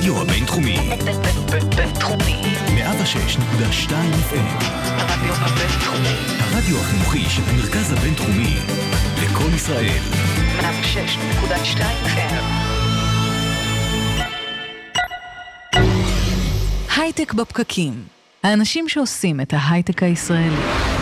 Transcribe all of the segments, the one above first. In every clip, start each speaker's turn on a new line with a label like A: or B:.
A: הרדיו הבינתחומי.
B: בינתחומי.
A: 106.2 FM.
B: הרדיו הבינתחומי.
A: הרדיו החינוכי של המרכז הבינתחומי. לכל ישראל.
B: 106.2 FM.
C: הייטק בפקקים. האנשים שעושים את ההייטק הישראלי.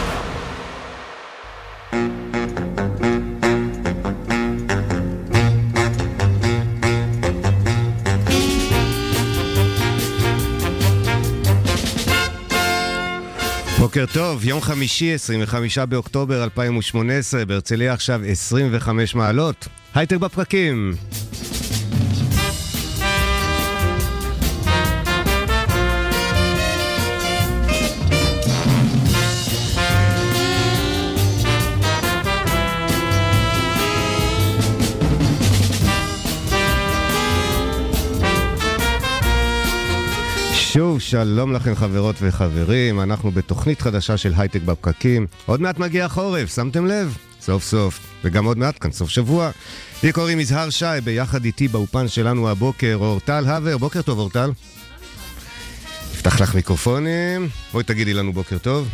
D: בוקר טוב, יום חמישי, 25 באוקטובר 2018, בהרצליה עכשיו 25 מעלות. הייטק בפקקים. שוב, שלום לכם חברות וחברים, אנחנו בתוכנית חדשה של הייטק בפקקים. עוד מעט מגיע חורף, שמתם לב? סוף סוף, וגם עוד מעט כאן סוף שבוע. לי קוראים יזהר שי, ביחד איתי באופן שלנו הבוקר, אורטל הבר. בוקר טוב אורטל. נפתח לך מיקרופונים, בואי תגידי לנו בוקר טוב.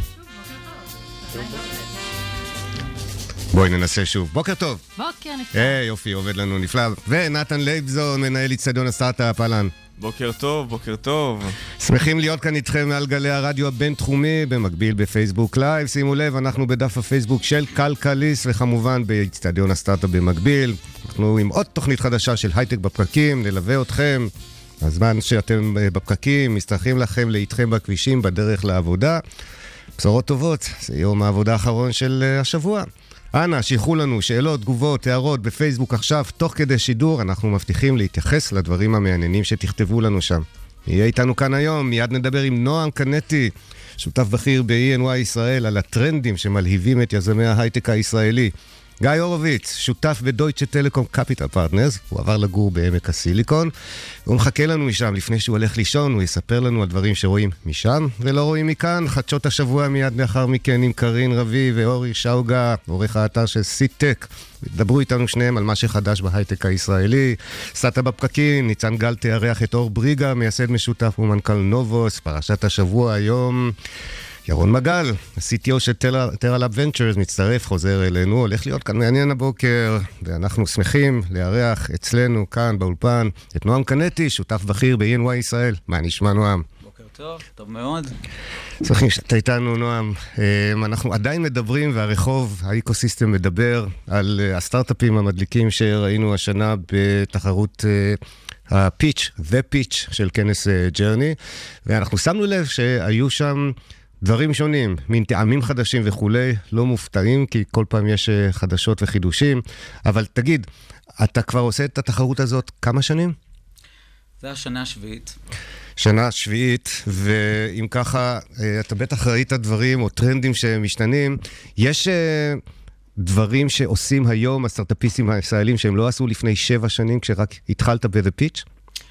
D: בואי ננסה שוב, בוקר טוב.
C: בוקר נפלא.
D: יופי, עובד לנו נפלא. ונתן לייבזון, מנהל אצטדיון הסטארט-אפ, אהלן.
E: בוקר טוב, בוקר טוב.
D: שמחים להיות כאן איתכם מעל גלי הרדיו הבינתחומי, במקביל בפייסבוק לייב. שימו לב, אנחנו בדף הפייסבוק של כלכליסט, וכמובן באצטדיון הסטארט-אפ במקביל. אנחנו עם עוד תוכנית חדשה של הייטק בפקקים, נלווה אתכם. הזמן שאתם בפקקים, מסתרכים לכם לאיתכם בכבישים בדרך לעבודה. בשורות טובות, זה יום העבודה האחרון של השבוע. אנא, שייכו לנו שאלות, תגובות, הערות בפייסבוק עכשיו, תוך כדי שידור, אנחנו מבטיחים להתייחס לדברים המעניינים שתכתבו לנו שם. יהיה איתנו כאן היום, מיד נדבר עם נועם קנטי, שותף בכיר ב-ENY ישראל, על הטרנדים שמלהיבים את יזמי ההייטק הישראלי. גיא הורוביץ, שותף בדויטשה טלקום קפיטל פרטנרס, הוא עבר לגור בעמק הסיליקון, והוא מחכה לנו משם, לפני שהוא הולך לישון, הוא יספר לנו על דברים שרואים משם ולא רואים מכאן. חדשות השבוע מיד לאחר מכן עם קרין רבי ואורי שאוגה, עורך האתר של סיטק. דברו איתנו שניהם על מה שחדש בהייטק הישראלי. סטארט-אפ בפקקים, ניצן גל תארח את אור בריגה, מייסד משותף ומנכ"ל נובוס. פרשת השבוע היום, ירון מגל, ה-CTO של טרלאב ונצ'רס, מצטרף, חוזר אלינו, הולך להיות כאן מעניין הבוקר, ואנחנו שמחים לארח אצלנו כאן באולפן את נועם קנטי, שותף בכיר ב-ENY ישראל. מה נשמע נועם?
F: בוקר טוב, טוב מאוד.
D: שמחים שאתה איתנו נועם. אנחנו עדיין מדברים, והרחוב, האקוסיסטם מדבר על הסטארט-אפים המדליקים שראינו השנה בתחרות הפיץ', The Pitch של כנס ג'רני, ואנחנו שמנו לב שהיו שם דברים שונים, מין טעמים חדשים וכולי, לא מופתעים, כי כל פעם יש חדשות וחידושים. אבל תגיד, אתה כבר עושה את התחרות הזאת כמה שנים?
F: זה השנה השביעית.
D: שנה שביעית, ואם ככה, אתה בטח ראית דברים או טרנדים שמשתנים. יש דברים שעושים היום הסטארט-אפיסטים הישראלים שהם לא עשו לפני 7 שנים, כשרק התחלת ב-The Pitch?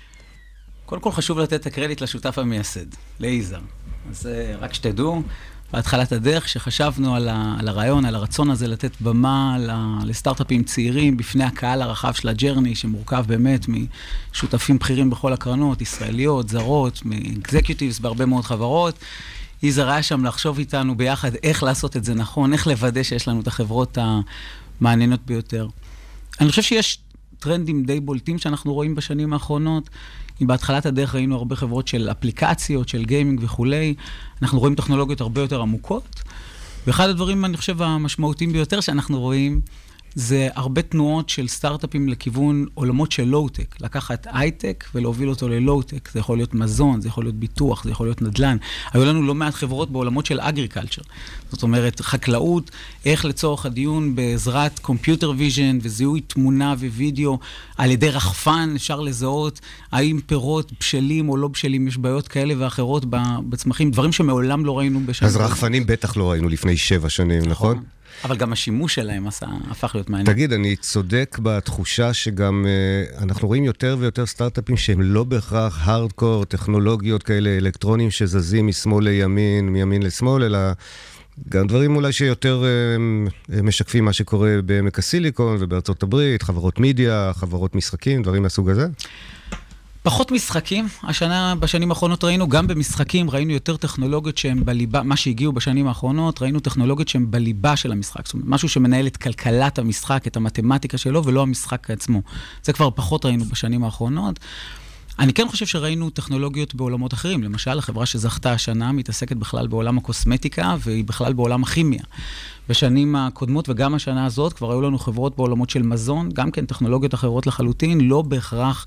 F: קודם כל חשוב לתת את הקרדיט לשותף המייסד, ליזהר. אז רק שתדעו, בהתחלת הדרך שחשבנו על הרעיון, על הרצון הזה לתת במה לסטארט-אפים צעירים בפני הקהל הרחב של הג'רני, שמורכב באמת משותפים בכירים בכל הקרנות, ישראליות, זרות, מאקזקיוטיבס בהרבה מאוד חברות. יזהר היה שם לחשוב איתנו ביחד איך לעשות את זה נכון, איך לוודא שיש לנו את החברות המעניינות ביותר. אני חושב שיש טרנדים די בולטים שאנחנו רואים בשנים האחרונות. אם בהתחלת הדרך ראינו הרבה חברות של אפליקציות, של גיימינג וכולי, אנחנו רואים טכנולוגיות הרבה יותר עמוקות. ואחד הדברים, אני חושב, המשמעותיים ביותר שאנחנו רואים, זה הרבה תנועות של סטארט-אפים לכיוון עולמות של לואו-טק. לקחת הייטק ולהוביל אותו ללואו-טק. זה יכול להיות מזון, זה יכול להיות ביטוח, זה יכול להיות נדל"ן. היו לנו לא מעט חברות בעולמות של אגריקלצ'ר. זאת אומרת, חקלאות, איך לצורך הדיון בעזרת קומפיוטר ויז'ן וזיהוי תמונה ווידאו, על ידי רחפן אפשר לזהות האם פירות בשלים או לא בשלים, יש בעיות כאלה ואחרות בצמחים, דברים שמעולם לא ראינו בשנים.
D: אז רחפנים בטח לא ראינו לפני 7 שנים, נכון?
F: אבל גם השימוש שלהם הפך להיות מעניין.
D: תגיד, אני צודק בתחושה שגם אנחנו רואים יותר ויותר סטארט-אפים שהם לא בהכרח הארדקור, טכנולוגיות כאלה אלקטרונים שזזים משמאל לימין, מימין לשמאל, אלא גם דברים אולי שיותר משקפים מה שקורה בעמק הסיליקון ובארצות הברית, חברות מידיה, חברות משחקים, דברים מהסוג הזה?
F: פחות משחקים, בשנים האחרונות ראינו, גם במשחקים ראינו יותר טכנולוגיות שהן בליבה, מה שהגיעו בשנים האחרונות, ראינו טכנולוגיות שהן בליבה של המשחק, זאת אומרת, משהו שמנהל את כלכלת המשחק, את המתמטיקה שלו, ולא המשחק עצמו. זה כבר פחות ראינו בשנים האחרונות. אני כן חושב שראינו טכנולוגיות בעולמות אחרים, למשל, החברה שזכתה השנה מתעסקת בכלל בעולם הקוסמטיקה, והיא בכלל בעולם הכימיה. בשנים הקודמות וגם השנה הזאת כבר היו לנו חברות בעולמות של מזון, גם כן טכנולוגיות אחרות לחלוטין, לא בהכרח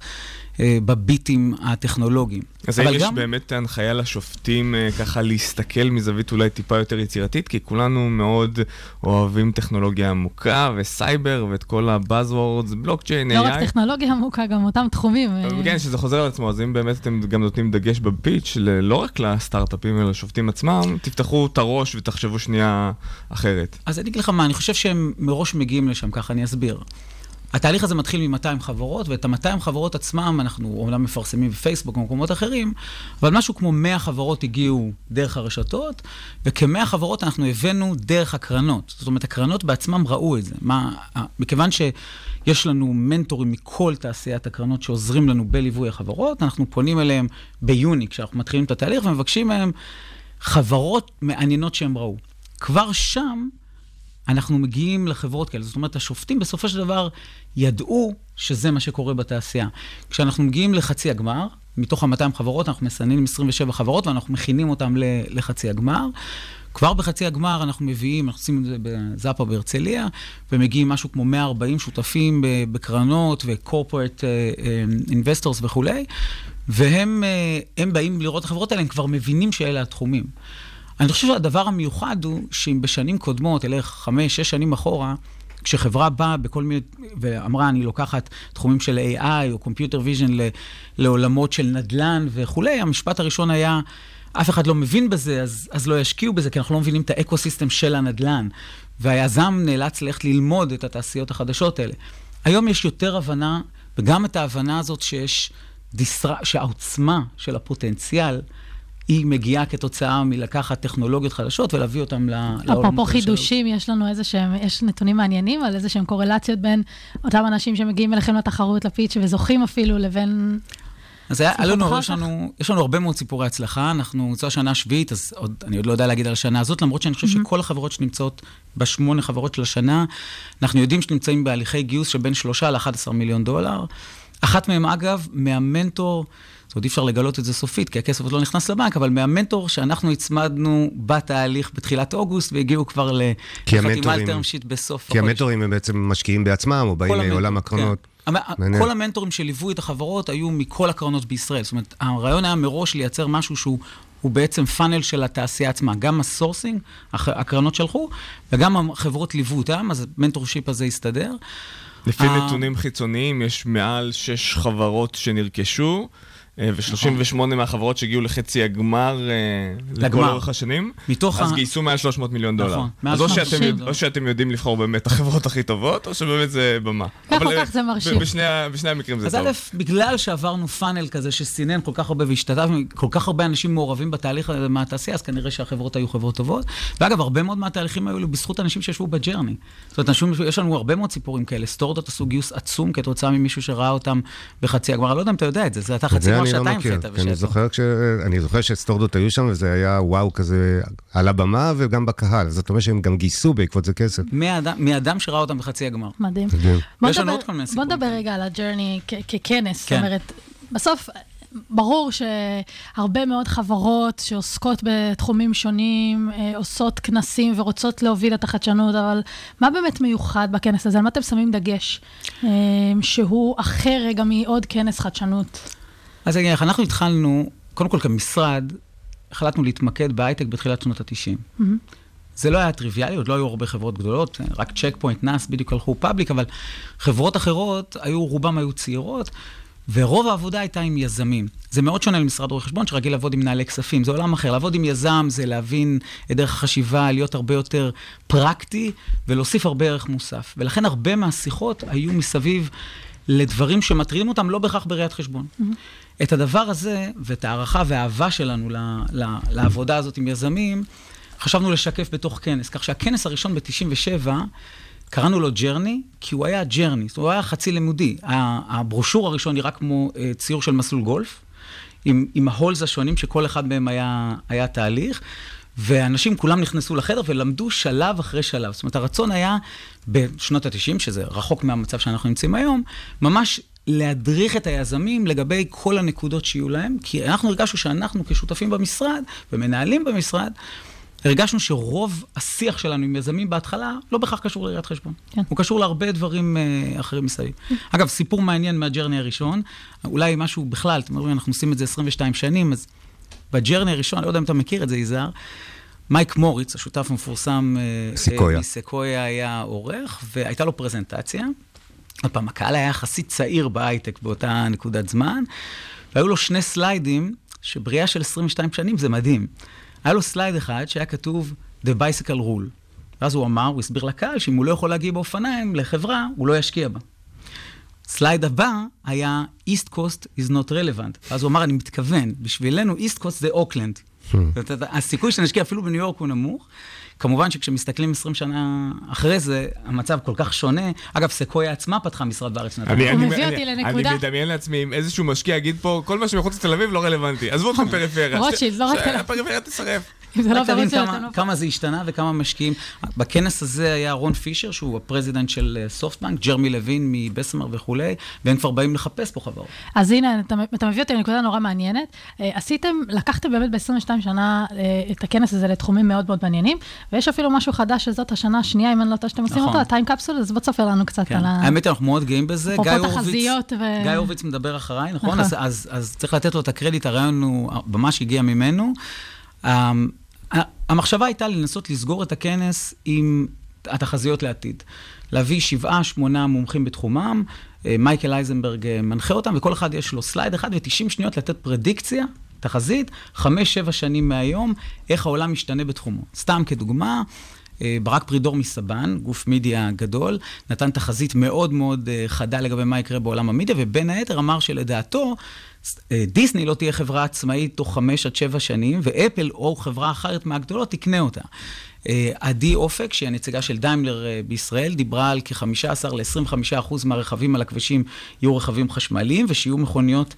F: בביטים הטכנולוגיים.
E: אז האם יש באמת הנחיה לשופטים ככה להסתכל מזווית אולי טיפה יותר יצירתית? כי כולנו מאוד אוהבים טכנולוגיה עמוקה וסייבר ואת כל הבאזוורדס, בלוקצ'יין, AI.
G: לא רק טכנולוגיה עמוקה, גם אותם תחומים.
E: כן, שזה חוזר על עצמו, אז אם באמת אתם גם נותנים דגש בפיץ' לא רק לסטארט-אפים אלא לשופטים עצמם, תפתחו את הראש ותחשבו שנייה אחרת.
F: אז אני אגיד לך מה, אני חושב שהם מראש מגיעים לשם, ככה אני אסביר. התהליך הזה מתחיל מ-200 חברות, ואת ה-200 חברות עצמם אנחנו אומנם מפרסמים בפייסבוק ומקומות אחרים, אבל משהו כמו 100 חברות הגיעו דרך הרשתות, וכ-100 חברות אנחנו הבאנו דרך הקרנות. זאת אומרת, הקרנות בעצמם ראו את זה. מכיוון שיש לנו מנטורים מכל תעשיית הקרנות שעוזרים לנו בליווי החברות, אנחנו פונים אליהם ביוני, כשאנחנו מתחילים את התהליך, ומבקשים מהם חברות מעניינות שהם ראו. כבר שם אנחנו מגיעים לחברות כאלה. זאת אומרת, השופטים בסופו של דבר ידעו שזה מה שקורה בתעשייה. כשאנחנו מגיעים לחצי הגמר, מתוך ה-200 חברות, אנחנו מסננים 27 חברות, ואנחנו מכינים אותם לחצי הגמר. כבר בחצי הגמר אנחנו מביאים, אנחנו עושים את זה בזאפה בהרצליה, ומגיעים משהו כמו 140 שותפים בקרנות ו-corporate investors וכו'. והם באים לראות את החברות האלה, הם כבר מבינים שאלה התחומים. אני חושב שהדבר המיוחד הוא שאם בשנים קודמות, אלה 5-6 שנים אחורה, כשחברה באה בכל מיני, ואמרה, אני לוקחת תחומים של AI או Computer Vision לעולמות של נדל"ן וכו', המשפט הראשון היה, אף אחד לא מבין בזה, אז לא ישקיעו בזה, כי אנחנו לא מבינים את האקוסיסטם של הנדל"ן. והיזם נאלץ ללכת ללמוד את התעשיות החדשות האלה. היום יש יותר הבנה, וגם את ההבנה הזאת שהעוצמה של הפוטנציאל, היא מגיעה כתוצאה מלקחת טכנולוגיות חדשות ולהביא אותם לעולמות.
G: אפרופו חידושים, יש לנו יש נתונים מעניינים על איזה שהם קורלציות בין אותם אנשים שמגיעים אליכם לתחרות, לפיץ' וזוכים אפילו לבין...
F: אז יש לנו הרבה מאוד סיפורי הצלחה, אנחנו זו השנה השביעית, אז אני עוד לא יודע להגיד על השנה הזאת, למרות שאני חושב שכל החברות שנמצאות ב8 חברות של השנה, אנחנו יודעים שנמצאים בהליכי גיוס שבין 3 ל-11 מיליון דולר. אחת מהם אגב, מהמנטור, זאת אומרת, אי אפשר לגלות את זה סופית, כי הכסף עוד לא נכנס לבנק, אבל מהמנטור שאנחנו הצמדנו בתהליך בתחילת אוגוסט, והגיעו כבר לחתימה על טרם שיט בסוף החודש.
D: כי המנטורים הם בעצם משקיעים בעצמם, או באים מעולם הקרנות.
F: כל המנטורים שליוו את החברות היו מכל הקרנות בישראל. זאת אומרת, הרעיון היה מראש לייצר משהו שהוא בעצם פאנל של התעשייה עצמה. גם הסורסינג, הקרנות שלחו, וגם החברות ליוו אותם, אז המנטורשיפ הזה הסתדר.
E: לפי נתונים חיצוניים, יש מעל 6 חברות שנרכשו, ו-38 מהחברות שהגיעו לחצי הגמר לכל אורך השנים, אז גייסו מעל 300 מיליון דולר. אז או שאתם יודעים לבחור באמת החברות הכי טובות, או שבאמת זה במה.
G: כך או כך זה מרשים.
E: בשני המקרים זה טוב.
F: אז א', בגלל שעברנו פאנל כזה שסינן כל כך הרבה והשתתף, כל כך הרבה אנשים מעורבים בתהליך מהתעשייה, אז כנראה שהחברות היו חברות טובות. ואגב, הרבה מאוד מהתהליכים היו בזכות אנשים שישבו בג'רני. זאת אומרת, יש לנו הרבה מאוד סיפורים כאלה. סטורדות עשו גיוס עצום כתוצאה ממישהו שראה אותם בחצי הגמר. לא יודע אם אתה יודע את זה. זה אתה חצי גמר שעתיים חטא
D: אני זוכר שסטורדות היו שם, וזה היה וואו כזה על הבמה וגם בקהל. זאת אומרת שהם גם גייסו בעקבות זה כסף.
F: מאדם שראה אותם בחצי הגמר.
G: מדהים. בוא נדבר רגע על הג'רני ככנס. זאת אומרת, בסוף ברור שהרבה מאוד חברות שעוסקות בתחומים שונים, עושות כנסים ורוצות להוביל את החדשנות, אבל מה באמת מיוחד בכנס הזה? על מה אתם שמים דגש? שהוא אחר רגע מעוד כנס חדשנות.
F: אז אנחנו התחלנו, קודם כל כמשרד, החלטנו להתמקד בהייטק בתחילת שנות ה-90. זה לא היה טריוויאלי, עוד לא היו הרבה חברות גדולות, רק צ'ק פוינט, נאס, בדיוק הלכו פאבליק, אבל חברות אחרות, רובם היו צעירות, ורוב העבודה הייתה עם יזמים. זה מאוד שונה למשרד רואי חשבון, שרגיל לעבוד עם מנהלי כספים. זה עולם אחר. לעבוד עם יזם זה להבין את דרך החשיבה, להיות הרבה יותר פרקטי, ולהוסיף הרבה ערך מוסף. ולכן הרבה מהשיחות היו מסביב לדברים שמטריעים אותם, לא בהכרח בראיית חשבון. את הדבר הזה, ואת הערכה והאהבה שלנו לעבודה הזאת עם יזמים, חשבנו לשקף בתוך כנס. כך שהכנס הראשון ב-97 קראנו לו ג'רני, כי הוא היה ג'רני, הוא היה חצי לימודי. הברושור הראשון נראה כמו ציור של מסלול גולף, עם ההולס השונים שכל אחד מהם היה תהליך, ואנשים כולם נכנסו לחדר ולמדו שלב אחרי שלב. זאת אומרת, הרצון היה בשנות ה-90, שזה רחוק מהמצב שאנחנו נמצאים היום, ממש להדריך את היזמים לגבי כל הנקודות שיהיו להם, כי אנחנו הרגשנו שאנחנו כשותפים במשרד ומנהלים במשרד, הרגשנו שרוב השיח שלנו עם יזמים בהתחלה לא בכך קשור לראיית חשבון. כן. הוא קשור להרבה דברים אחרים מסביב. אגב, סיפור מעניין מהג'רני הראשון, אולי משהו בכלל, אתם אומרים, אנחנו עושים את זה 22 שנים, אז בג'רני הראשון, אני לא יודע אם אתה מכיר את זה, יזהר, מייק מוריץ, השותף המפורסם מסקויה, היה עורך, והייתה לו פרזנטציה. עוד פעם, הקהל היה יחסית צעיר בהייטק באותה נקודת זמן, והיו לו 2 סליידים, שבריאה של 22 שנים זה מדהים. היה לו סלייד אחד שהיה כתוב The Bicycle Rule. ואז הוא אמר, הוא הסביר לקהל, שאם הוא לא יכול להגיע באופניים לחברה, הוא לא ישקיע בה. סלייד הבא היה East Coast is not relevant. ואז הוא אמר, אני מתכוון, בשבילנו East Coast זה אוקלנד. הסיכוי שנשקיע אפילו בניו יורק הוא נמוך. כמובן שכשמסתכלים 20 שנה אחרי זה, המצב כל כך שונה. אגב, סקויה עצמה פתחה משרד בארץ.
G: הוא מביא אותי לנקודה.
E: אני מדמיין לעצמי, אם איזשהו משקיע יגיד פה, כל מה שמחוץ לתל אביב לא רלוונטי. עזבו אתכם פריפריה.
G: רוטשילד, לא רק תל אביב.
E: הפריפריה תשרף.
F: כמה זה השתנה וכמה משקיעים. בכנס הזה היה רון פישר, שהוא הפרזידנט של סופטבנק, ג'רמי לוין מבסמר וכולי, והם כבר באים לחפש פה חברות.
G: אז הנה, אתה מביא אותי לנקודה נורא מעניינת. לקחתם באמת ב-22 שנה את הכנס הזה לתחומים מאוד מאוד מעניינים, ויש אפילו משהו חדש שזאת השנה השנייה, אם אני לא טועה שאתם עושים אותו, הטיים קפסול, אז בוא תספר לנו קצת על ה...
F: האמת, אנחנו מאוד גאים בזה. גיא הורוביץ מדבר אחריי, נכון? אז צריך לתת לו את הקרדיט, הרעיון הוא ממש הגיע ממנו. המחשבה הייתה לנסות לסגור את הכנס עם התחזיות לעתיד. להביא 7-8 מומחים בתחומם, מייקל אייזנברג מנחה אותם, וכל אחד יש לו סלייד אחד ו90 שניות לתת פרדיקציה, תחזית, 5-7 שנים מהיום, איך העולם משתנה בתחומו. סתם כדוגמה, ברק פרידור מסבן, גוף מידיה גדול, נתן תחזית מאוד מאוד חדה לגבי מה יקרה בעולם המידיה, ובין היתר אמר שלדעתו, דיסני לא תהיה חברה עצמאית תוך 5-7 שנים, ואפל או חברה אחרת מהגדולות תקנה אותה. עדי אופק, שהיא הנציגה של דיימלר בישראל, דיברה על כ-15-25% מהרכבים על הכבישים יהיו רכבים חשמליים, ושיהיו מכוניות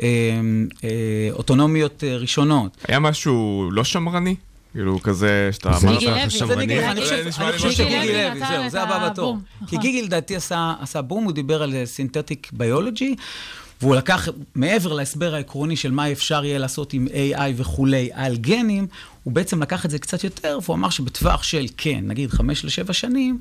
F: אוטונומיות ראשונות.
E: היה משהו לא שמרני? כאילו כזה שאתה אמרת
F: שמרני? אני חושב שגיגי לוי, זהו, זה הבא בתור. כי גיגי לדעתי עשה בום, הוא דיבר על סינתטיק ביולוגי, והוא לקח, מעבר להסבר העקרוני של מה אפשר יהיה לעשות עם AI וכולי על גנים, הוא בעצם לקח את זה קצת יותר, והוא אמר שבטווח של, כן, נגיד 5-7 שנים,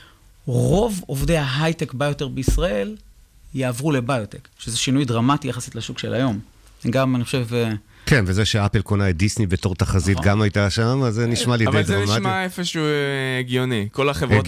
F: רוב עובדי ההייטק ביותר בישראל יעברו לביוטק, שזה שינוי דרמטי יחסית לשוק של היום. גם, אני חושב...
D: כן, וזה שאפל קונה את דיסני בתור תחזית גם הייתה שם, אז זה נשמע לי די דרמטי.
E: אבל זה נשמע איפשהו הגיוני. כל החברות,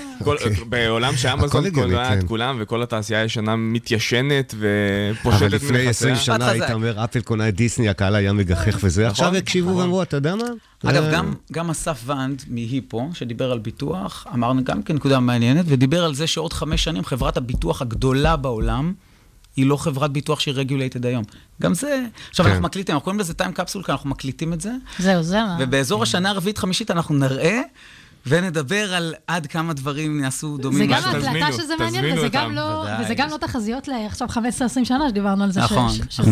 E: בעולם שאמזון קונה את כולם, וכל התעשייה הישנה מתיישנת ופושטת
D: אבל לפני 20 שנה היית אומר, אפל קונה את דיסני, הקהל היה מגחך וזה. עכשיו הקשיבו ואמרו, אתה יודע מה?
F: אגב, גם אסף ונד מהיפו, שדיבר על ביטוח, אמרנו גם כנקודה מעניינת, ודיבר על זה שעוד 5 שנים חברת הביטוח הגדולה בעולם, היא לא חברת ביטוח שהיא רגולייטד היום. גם זה, עכשיו אנחנו מקליטים, אנחנו קוראים לזה טיים קפסול, כי אנחנו מקליטים את זה.
G: זהו, זה מה.
F: ובאזור השנה הרביעית-חמישית אנחנו נראה, ונדבר על עד כמה דברים נעשו דומים.
G: זה גם ההקלטה שזה מעניין, וזה גם לא תחזיות לעכשיו 15-20 שנה שדיברנו על זה.
F: נכון.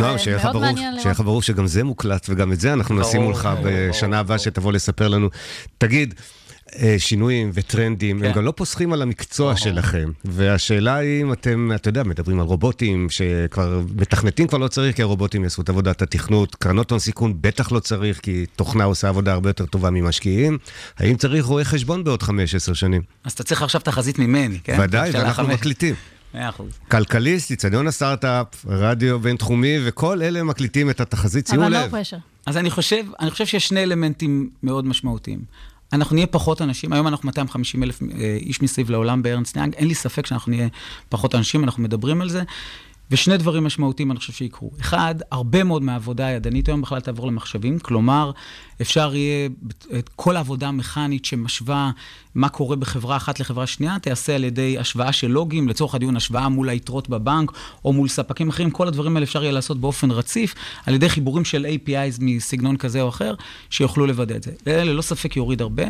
D: שיהיה ברור שגם זה מוקלט, וגם את זה אנחנו נשים מולך בשנה הבאה שתבוא לספר לנו. תגיד, שינויים וטרנדים, הם גם לא פוסחים על המקצוע שלכם. והשאלה היא אם אתם, אתה יודע, מדברים על רובוטים, שכבר מתכנתים כבר לא צריך, כי הרובוטים יעשו את עבודת התכנות, קרנות הון סיכון בטח לא צריך, כי תוכנה עושה עבודה הרבה יותר טובה ממשקיעים. האם צריך רואה חשבון בעוד 5-10 שנים?
F: אז אתה צריך עכשיו תחזית ממני, כן?
D: ודאי, ואנחנו מקליטים.
F: 100%.
D: כלכליסט, אצטדיון הסטארט-אפ, רדיו בינתחומי, וכל אלה מקליטים את התחזית, שימו לב.
F: אז אני חושב שיש 2 אלמנטים מאוד משמעותיים. אנחנו נהיה פחות אנשים, היום אנחנו 250,000 איש מסביב לעולם בארנסט יאנג, אין לי ספק שאנחנו נהיה פחות אנשים, אנחנו מדברים על זה, ושני דברים משמעותיים אני חושב שיקרו. אחד, הרבה מאוד מהעבודה הידנית היום בכלל תעבור למחשבים, כלומר, אפשר יהיה את כל העבודה המכנית שמשווה מה קורה בחברה אחת לחברה שנייה, תעשה על ידי השוואה של לוגים, לצורך הדיון השוואה מול היתרות בבנק, או מול ספקים אחרים, כל הדברים האלה אפשר יהיה לעשות באופן רציף, על ידי חיבורים של APIs מסגנון כזה או אחר, שיוכלו לוודא את זה. ללא ספק יוריד הרבה.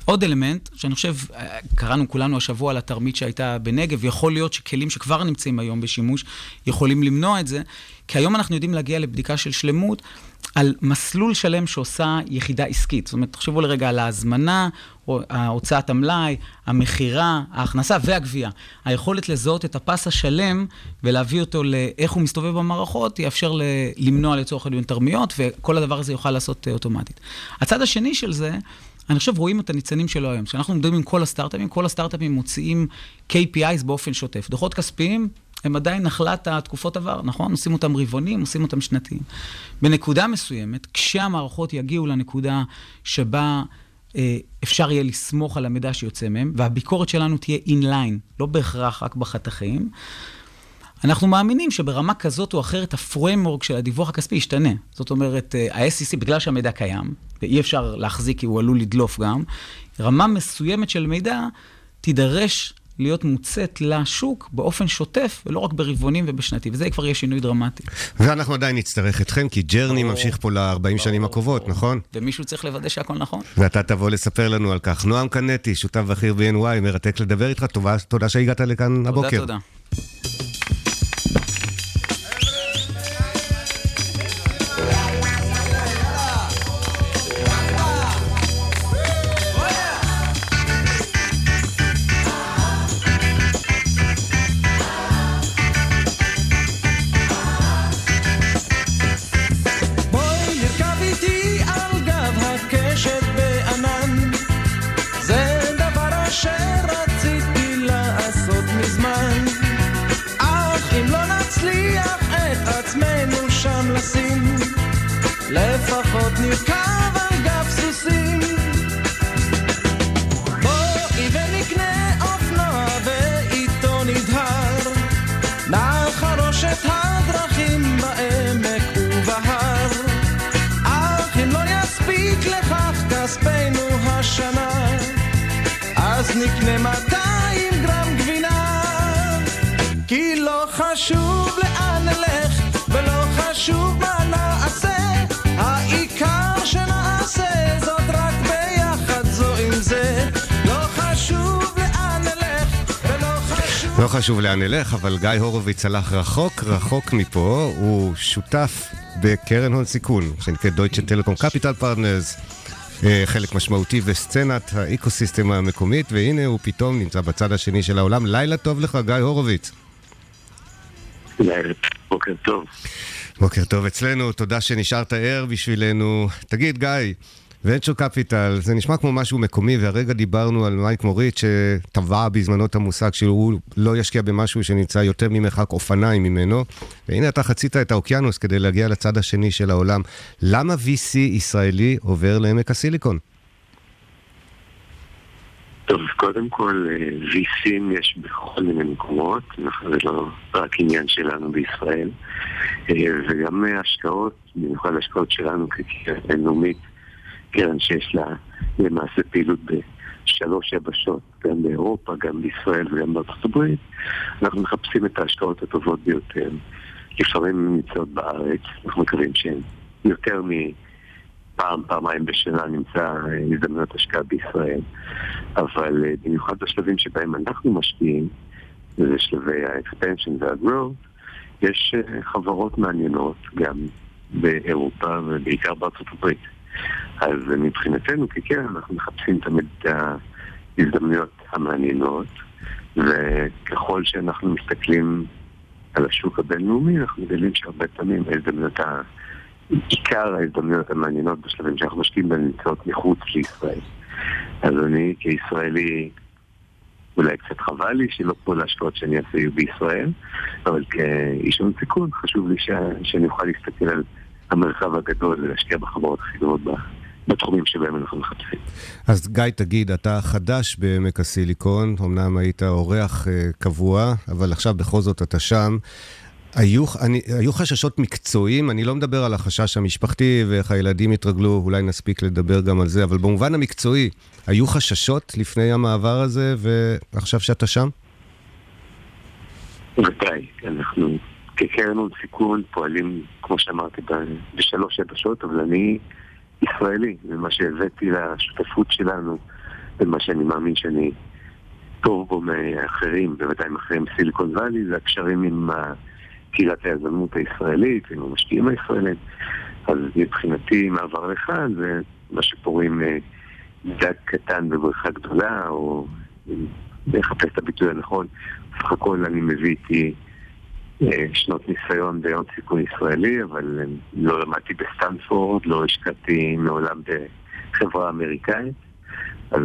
F: עוד אלמנט, שאני חושב, קראנו כולנו השבוע על התרמית שהייתה בנגב, ויכול להיות שכלים שכבר נמצאים היום בשימוש, יכולים למנוע את זה, כי היום אנחנו יודעים להגיע לבדיקה של שלמות, על מסלול שלם שעושה יחידה עסקית. זאת אומרת, תחשבו לרגע על ההזמנה, הוצאת המלאי, המחירה, ההכנסה והגבייה. היכולת לזהות את הפס השלם ולהביא אותו לאיך הוא מסתובב במערכות, יאפשר למנוע לצורך הדיון תרמיות, וכל הדבר הזה יוכל לעשות אוטומטית. הצד השני של זה, אני חושב רואים את הניצנים שלו היום. כשאנחנו מדברים עם כל הסטארט-אפים מוציאים KPIs באופן שוטף. דוחות כספיים הם עדיין נחלת התקופות עבר, נכון? עושים אותם רבעונים, עושים אותם שנתיים. בנקודה מסוימת, כשהמערכות יגיעו לנקודה שבה אפשר יהיה לסמוך על המידע שיוצא מהם, והביקורת שלנו תהיה inline, לא בהכרח רק בחתכים, אנחנו מאמינים שברמה כזאת או אחרת, הפריימורק של הדיווח הכספי ישתנה. זאת אומרת, ה-SEC, בגלל שהמידע קיים, ואי אפשר להחזיק כי הוא עלול לדלוף גם, רמה מסוימת של מידע תידרש להיות מוצאת לשוק באופן שוטף, ולא רק ברבעונים ובשנתי, וזה כבר יהיה שינוי דרמטי.
D: ואנחנו עדיין נצטרך אתכם, כי ג'רני ממשיך פה ל-40 שנים הקרובות, נכון?
F: ומישהו צריך לוודא שהכל נכון.
D: ואתה תבוא לספר לנו על כך. נועם קנטי, שותף בכיר ב-NY, מרתק לדבר איתך, תודה שהגעת לכאן הבוקר.
F: תודה.
H: לפחות נרכב על גב סוסים, בואי ונקנה אופנוע ואיתו נדהר, נחרוש את הדרכים בעמק ובהר, אך אם לא יספיק לכך כספנו השנה, אז נקנה 200 גרם גבינה, כי לא חשוב לאן נלך ולא חשוב מה נעשה, העיקר שנעשה זאת רק ביחד זו עם זה, לא חשוב לאן נלך ולא חשוב...
D: לא חשוב לאן נלך, אבל גיא הורוביץ הלך רחוק מפה, הוא שותף בקרן הון סיכון, שנקראת דויטשה טלקום קפיטל פרטנרס, חלק משמעותי בסצנת האקוסיסטם המקומית, והנה הוא פתאום נמצא בצד השני של העולם. לילה טוב לך, גיא הורוביץ.
I: לילה, בוקר טוב.
D: בוקר טוב אצלנו, תודה שנשארת ער בשבילנו. תגיד גיא, ונצ'ר קפיטל, זה נשמע כמו משהו מקומי, והרגע דיברנו על מייק מוריץ שטבע בזמנו את המושג שהוא לא ישקיע במשהו שנמצא יותר ממרחק אופניים ממנו, והנה אתה חצית את האוקיינוס כדי להגיע לצד השני של העולם. למה VC ישראלי עובר לעמק הסיליקון?
I: טוב, קודם כל, VCים יש בכל מיני מקומות, זה לא רק עניין שלנו בישראל, וגם השקעות, במיוחד השקעות שלנו כקרן בינלאומית, קרן שיש לה למעשה פעילות בשלוש יבשות, גם באירופה, גם בישראל וגם בארצות הברית, אנחנו מחפשים את ההשקעות הטובות ביותר. לפעמים נמצאות בארץ, אנחנו מקווים שהן יותר פעמיים בשנה נמצא הזדמנות השקעה בישראל, אבל במיוחד בשלבים שבהם אנחנו משקיעים, זה שלבי ה-expansion וה-growth, יש חברות מעניינות גם באירופה ובעיקר בארצות הברית. אז מבחינתנו כקרן אנחנו מחפשים תמיד את ההזדמנויות המעניינות, וככל שאנחנו מסתכלים על השוק הבינלאומי, אנחנו מגלים שהרבה פעמים עיקר ההזדמנויות המעניינות בשלבים שאנחנו משקיעים בהן נמצאות מחוץ לישראל. אז אני כישראלי, אולי קצת חבל לי שלא כל ההשקעות שאני אעשה יהיו בישראל, אבל כאיש הון סיכון חשוב לי שאני אוכל להסתכל על המרחב הגדול ולהשקיע בחברות הכי גדולות בתחומים שבהם אנחנו מחפשים.
D: אז גיא, תגיד, אתה חדש בעמק הסיליקון, אמנם היית אורח קבוע, אבל עכשיו בכל זאת אתה שם. היו חששות מקצועיים, אני לא מדבר על החשש המשפחתי ואיך הילדים התרגלו, אולי נספיק לדבר גם על זה, אבל במובן המקצועי, היו חששות לפני המעבר הזה ועכשיו שאתה שם?
I: ודאי, אנחנו כקרן הון סיכון פועלים, כמו שאמרתי, בשלוש יבשות, אבל אני ישראלי, ומה שהבאתי לשותפות שלנו ומה שאני מאמין שאני טוב בו מאחרים, בוודאי מאחרים סיליקון ואלי, זה הקשרים עם קהילת היזמות הישראלית, עם המשקיעים הישראלים. אז מבחינתי מעבר לכאן זה מה שקוראים דג קטן בבריכה גדולה, או לחפש את הביטוי הנכון. בסך הכל אני מביא איתי שנות ניסיון בהון סיכון ישראלי, אבל לא למדתי בסטנפורד, לא השקעתי מעולם בחברה אמריקאית, אז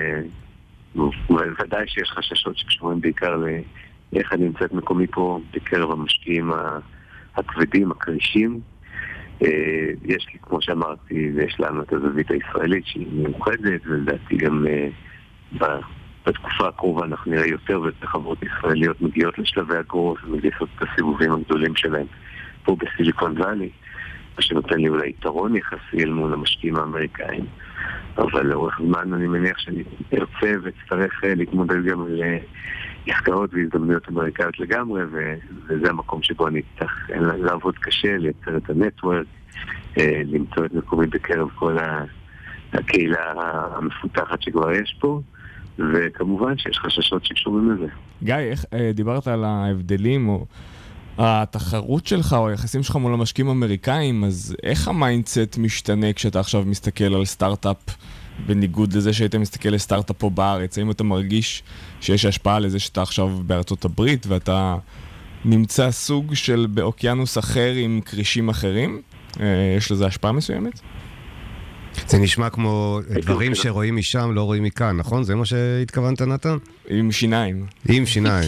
I: ודאי שיש חששות שקשורים בעיקר לאיך אני נמצאת מקומי פה בקרב המשקיעים הכבדים, הקרישים. יש לי, כמו שאמרתי, יש לנו את הזווית הישראלית שהיא מיוחדת, ולדעתי גם בתקופה הקרובה אנחנו נראה יותר ויותר חברות ישראליות מגיעות לשלבי הגרוס ומגייסות את הסיבובים הגדולים שלהם פה בסיליקון ואלי, מה שנותן לי אולי יתרון יחסי אל מול המשקיעים האמריקאים. אבל לאורך זמן אני מניח שאני ארצה וצטרך להתמודד גם לעסקאות והזדמנויות אמריקאיות לגמרי, וזה המקום שבו אני צריך לעבוד קשה, לייצר את הנטוורק, למצוא את מקומי בקרב כל הקהילה המפותחת שכבר יש פה, וכמובן שיש חששות שקשורים לזה.
E: גיא, איך דיברת על ההבדלים או התחרות שלך או היחסים שלך מול המשקיעים אמריקאים, אז איך המיינדסט משתנה כשאתה עכשיו מסתכל על סטארט-אפ בניגוד לזה שהיית מסתכל לסטארט-אפ פה בארץ? האם אתה מרגיש שיש השפעה לזה שאתה עכשיו בארצות הברית ואתה נמצא סוג של באוקיינוס אחר עם קרישים אחרים? יש לזה השפעה מסוימת?
D: זה נשמע כמו דברים שרואים משם לא רואים מכאן, נכון? זה מה שהתכוונת, נתן?
E: עם שיניים.
D: עם שיניים.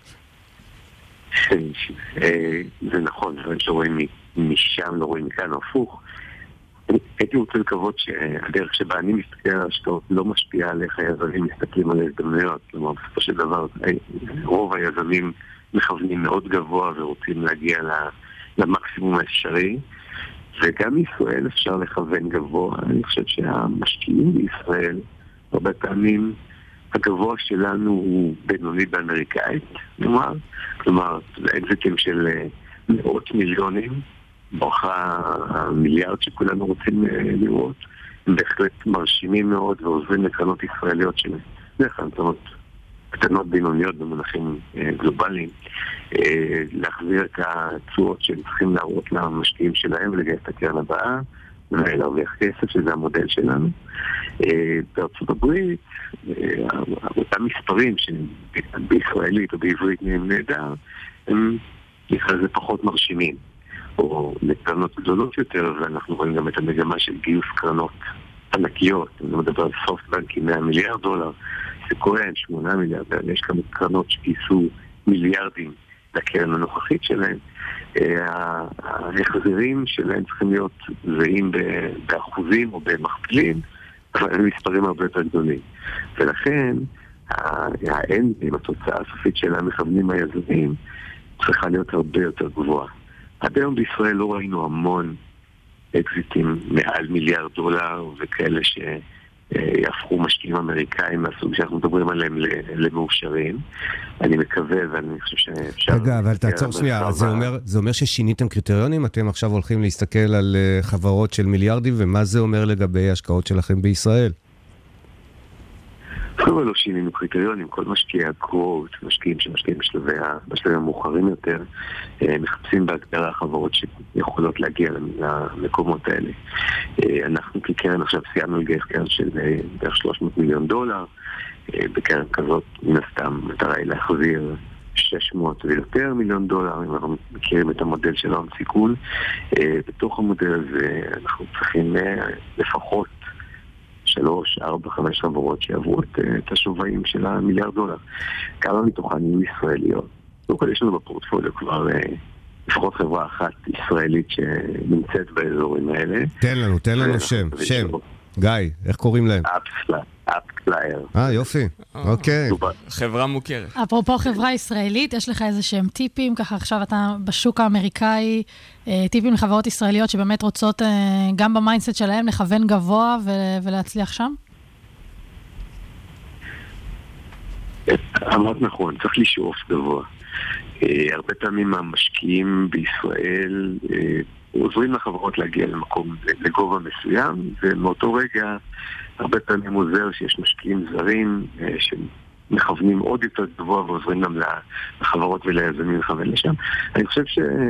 I: זה נכון, דברים שרואים משם לא רואים מכאן, הפוך. הייתי רוצה לקוות שהדרך שבה אני מסתכל על השקעות לא משפיעה על איך היזמים מסתכלים על ההזדמנויות. כלומר, בסופו של דבר, רוב היזמים מכוונים מאוד גבוה ורוצים להגיע למקסימום האפשרי, וגם בישראל אפשר לכוון גבוה. אני חושב שהמשקיעים בישראל, הרבה פעמים הגבוה שלנו הוא בינוני באמריקאית, כלומר, זה אקזיטים של מאות מיליונים, ברכה המיליארד שכולנו רוצים לראות, הם בהחלט מרשימים מאוד ועוזרים לקרנות ישראליות שלהם. דרך כלל קטנות בינוניות במונחים גלובליים, להחזיר את התשואות שהם צריכים להראות למשקיעים שלהם ולגייס את הקרן הבאה ולהרוויח כסף, שזה המודל שלנו. בארצות הברית, אותם מספרים שבישראלית או בעברית נהדר, הם נקרא לזה פחות מרשימים, או לקרנות גדולות יותר, ואנחנו רואים גם את המגמה של גיוס קרנות ענקיות. אני מדבר על סופטבנק עם $100 מיליארד, סקויה 8 מיליארד, יש כמה קרנות שגייסו מיליארדים לקרן הנוכחית שלהם. ההחזרים שלהם צריכים להיות זהים באחוזים או במכפילים, אבל הם מספרים הרבה יותר גדולים. ולכן האנדים, התוצאה הסופית של המכוונים היזמים, צריכה להיות הרבה יותר גבוהה. עד היום בישראל לא ראינו המון אקזיטים מעל $1 מיליארד וכאלה שיהפכו משקיעים אמריקאים מהסוג שאנחנו מדברים עליהם למאושרים. אני מקווה ואני חושב שאפשר...
D: רגע, אבל תעצור שנייה, זה אומר ששיניתם קריטריונים? אתם עכשיו הולכים להסתכל על חברות של מיליארדים, ומה זה אומר לגבי השקעות שלכם בישראל?
I: אבל לא שינינו קריטריונים, כל משקיעי הקרואות, משקיעים שמשקיעים בשלבים המאוחרים יותר, מחפשים בהגדרה חברות שיכולות להגיע למקומות האלה. אנחנו כקרן עכשיו סיימנו לגייס קרן של בערך $300 מיליון, בקרן כזאת מן הסתם מטרה היא להחזיר $600 ויותר מיליון, אם אנחנו מכירים את המודל של ההון סיכון. בתוך המודל הזה אנחנו צריכים לפחות 3, 4, 5 חברות שעברו את השווים של $1 מיליארד. כמה מתוכן יהיו ישראליות. יש לנו בפורטפוליו כבר לפחות חברה אחת ישראלית שנמצאת באזורים האלה.
D: תן לנו שם. גיא, איך קוראים להם?
I: אפספלייר.
D: יופי, אוקיי.
E: חברה מוכרת.
G: אפרופו חברה ישראלית, יש לך איזה שהם טיפים, ככה עכשיו אתה בשוק האמריקאי, טיפים לחברות ישראליות שבאמת רוצות גם במיינדסט שלהם לכוון גבוה ולהצליח שם?
I: אמרת נכון, צריך לשאוף גבוה. הרבה פעמים המשקיעים בישראל עוזרים לחברות להגיע למקום, לגובה מסוים, ומאותו רגע הרבה פעמים עוזר שיש משקיעים זרים שמכוונים עוד יותר גבוה ועוזרים גם לחברות וליזמים לכוון לשם. אני חושב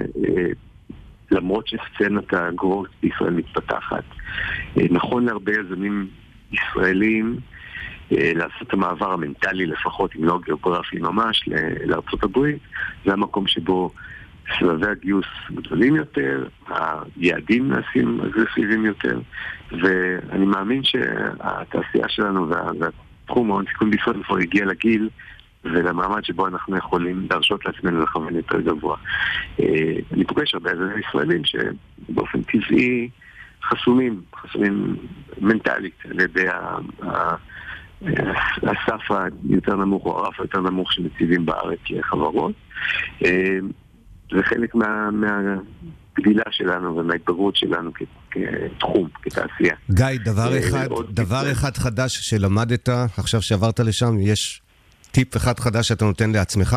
I: למרות שסצנת הגרוס בישראל מתפתחת, נכון להרבה יזמים ישראלים לעשות את המעבר המנטלי לפחות, אם לא גיאוגרפי ממש, לארצות הברית. זה המקום שבו סבבי הגיוס גדולים יותר, היעדים נעשים אגרסיביים יותר, ואני מאמין שהתעשייה שלנו והתחום ההון סיכון בישראל כבר הגיע לגיל ולמעמד שבו אנחנו יכולים להרשות לעצמנו לכוון יותר גבוה. אני פוגש הרבה יזמים ישראלים שבאופן טבעי חסומים מנטלית על ידי הסף היותר נמוך או הרף היותר נמוך שמציבים בארץ לחברות. זה חלק מהגדילה שלנו ומההתבגרות שלנו כתחום, כתעשייה.
D: גיא, דבר אחד חדש שלמדת עכשיו שעברת לשם, יש טיפ אחד חדש שאתה נותן לעצמך?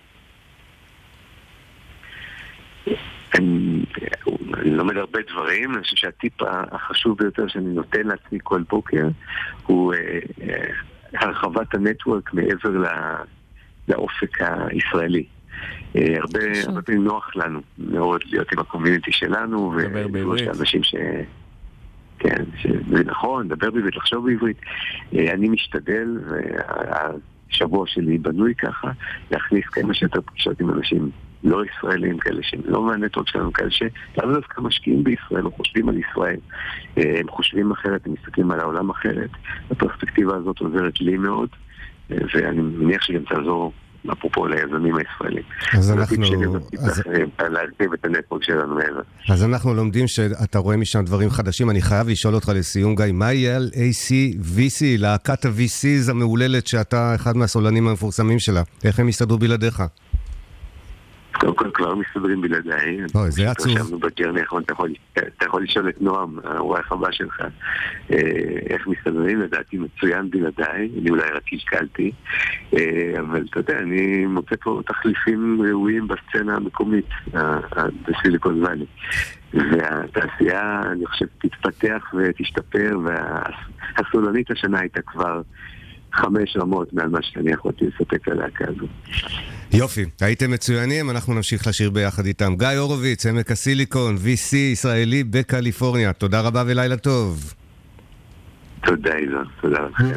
I: אני לומד הרבה דברים. אני חושב שהטיפ החשוב ביותר שאני נותן לעצמי כל בוקר הוא הרחבת הנטוורק מעבר לאופק הישראלי. הרבה פעמים נוח לנו מאוד להיות עם הקומיוניטי שלנו ואנשים כן, זה נכון, לדבר בעברית, לחשוב בעברית. אני משתדל, והשבוע שלי בנוי ככה, להכניס כמה שיותר פגישות עם אנשים לא ישראלים, כאלה שהם לא מהנטוורק שלנו, כאלה שלאו דווקא משקיעים בישראל, או חושבים על ישראל. הם חושבים אחרת, הם מסתכלים על העולם אחרת. הפרספקטיבה הזאת עוזרת לי מאוד, ואני מניח שגם תעזור אפרופו ליזמים הישראלים.
D: אז
I: אז
D: אנחנו לומדים שאתה רואה משם דברים חדשים. אני חייב לשאול אותך לסיום, גיא, מה יהיה על ACVC, להקת ה-VCs המעוללת שאתה אחד מהסולנים המפורסמים שלה? איך הם יסתדרו בלעדיך?
I: קודם כל כבר מסתדרים בלעדיי.
D: זה עצוב.
I: חשבנו בג'רני האחרון, אתה יכול לשאול את נועם, האורח הבא שלך, איך מסתדרים, לדעתי מצוין בלעדיי, אני אולי רק השקלתי, אבל אתה יודע, אני מוצא פה תחליפים ראויים בסצנה המקומית, בסיליקון ואלי. והתעשייה, אני חושב, תתפתח ותשתפר, והסולנית השנה הייתה כבר 5 רמות מעל מה שאני יכולתי לספק על להקה הזו.
D: יופי, הייתם מצוינים, אנחנו נמשיך לשיר ביחד איתם. גיא הורוביץ, עמק הסיליקון, VC ישראלי בקליפורניה. תודה רבה ולילה טוב.
I: תודה איזו, תודה לכם.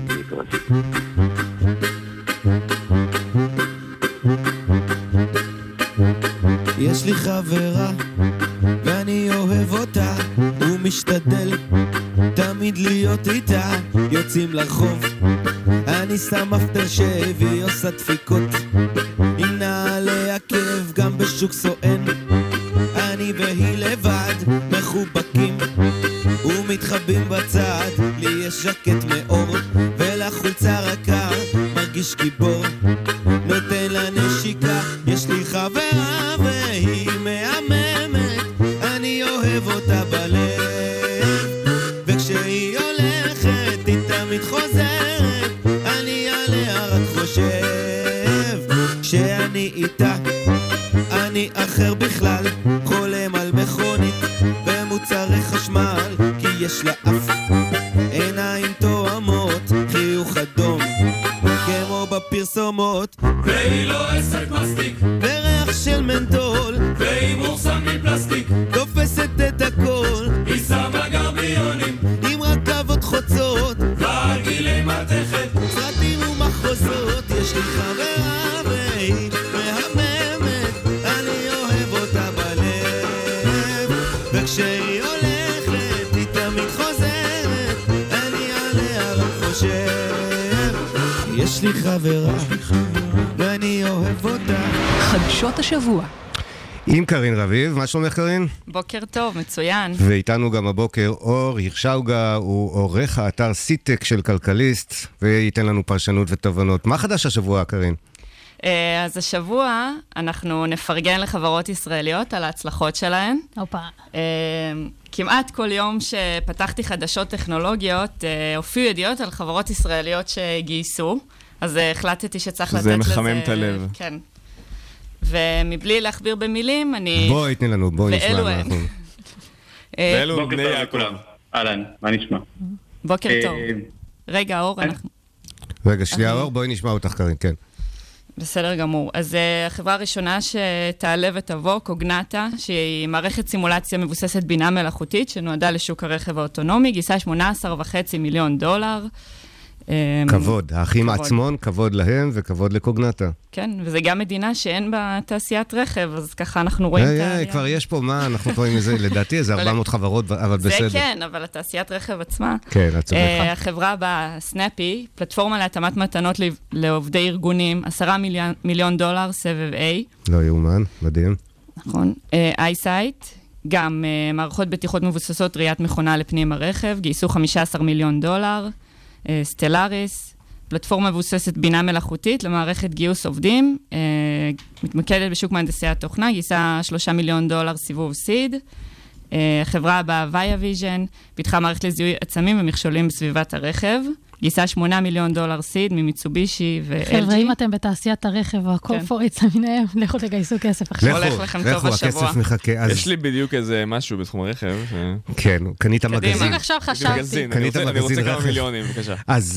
H: יש לי חברה ואני אוהב אותה, הוא משתדל תמיד להיות איתה, יוצאים לרחוב, אני שם אפטר שהביא עושה דפיקות עם נעלי עקב גם בשוק סואן, אני והיא לבד מחובקים ומתחבים בצד, לי יש ז'קט מאור ולחולצה רכה, מרגיש גיבור נותן לה נשיקה, יש לי חברה והיא מהממת, אני אוהב אותה בלב, וכשהיא הולכת היא תמיד חוזרת, אני עליה רק חושב, כשאני איתה אני אחר בכלל, חולם על מכונית ומוצרי חשמל, כי יש לה אף עיניים תואמות, חיוך אדום כמו בפרסומות,
J: והיא לא עסק מסטיק
H: וריח של מנטול,
J: והיא מורסם מפלסטיק,
H: תופסת את הכל,
J: היא שמה גרביונים
H: עם רכבות חוצות
J: ועגילי מתכת,
H: סרטים ומחוזות, יש לי חברה והיא מהממת, אני אוהב אותה בלב, וכשהיא הולכת היא תמיד חוזרת, אני עליה רק חושב, יש לי חברה ואני אוהב אותה.
C: חדשות השבוע
D: עם קרין רביב, מה שלומך קרין?
K: בוקר טוב, מצוין.
D: ואיתנו גם הבוקר אור הירשאוגה, הוא עורך האתר סיטק של כלכליסט, וייתן לנו פרשנות ותובנות. מה חדש השבוע, קרין?
K: אז השבוע אנחנו נפרגן לחברות ישראליות על ההצלחות שלהן.
G: אופה.
K: כמעט כל יום שפתחתי חדשות טכנולוגיות, הופיעו ידיעות על חברות ישראליות שגייסו, אז החלטתי שצריך לתת לזה...
E: זה מחמם את הלב.
K: כן. ומבלי להכביר במילים, אני...
D: בואי, תני לנו, בואי נשמע מה אנחנו...
E: ואלו בני יעקב.
L: אהלן, מה נשמע?
K: בוקר טוב. רגע, אור, אנחנו...
D: רגע, שנייה, אור, בואי נשמע אותך, קרין, כן.
K: בסדר גמור. אז החברה הראשונה שתעלה ותבוא, קוגנטה, שהיא מערכת סימולציה מבוססת בינה מלאכותית, שנועדה לשוק הרכב האוטונומי, גייסה $18.5 מיליון.
D: כבוד, האחים עצמון, כבוד להם וכבוד לקוגנטה.
K: כן, וזה גם מדינה שאין בה תעשיית רכב, אז ככה אנחנו רואים את העלייה.
D: כבר יש פה מה, אנחנו רואים איזה, לדעתי איזה 400 חברות, אבל בסדר.
K: זה כן, אבל התעשיית רכב עצמה.
D: כן, את צודקת.
K: החברה הבאה, סנאפי, פלטפורמה להתאמת מתנות לעובדי ארגונים, $10 מיליון, סבב A.
D: לא יאומן, מדהים.
K: נכון. אייסייט, גם מערכות בטיחות מבוססות ראיית מכונה לפנים הרכב, גייסו $15 מיליון. סטלאריס, פלטפורמה מבוססת בינה מלאכותית למערכת גיוס עובדים, מתמקדת בשוק מהנדסי התוכנה, גייסה $3 מיליון סיבוב סיד. חברה הבאה, ויה ויז'ן, פיתחה מערכת לזיהוי עצמים ומכשולים בסביבת הרכב, גייסה $8 מיליון סיד ממיצובישי ו-LG.
G: חבר'ה, אם אתם בתעשיית הרכב, הקורפורטס למיניהם, לכו תגייסו כסף עכשיו.
K: הולך לכם טוב השבוע.
D: הכסף מחכה.
E: יש לי בדיוק איזה משהו בתחום הרכב.
D: כן, קנית מגזין.
G: עכשיו חשבתי.
E: אני רוצה כמה מיליונים, בבקשה.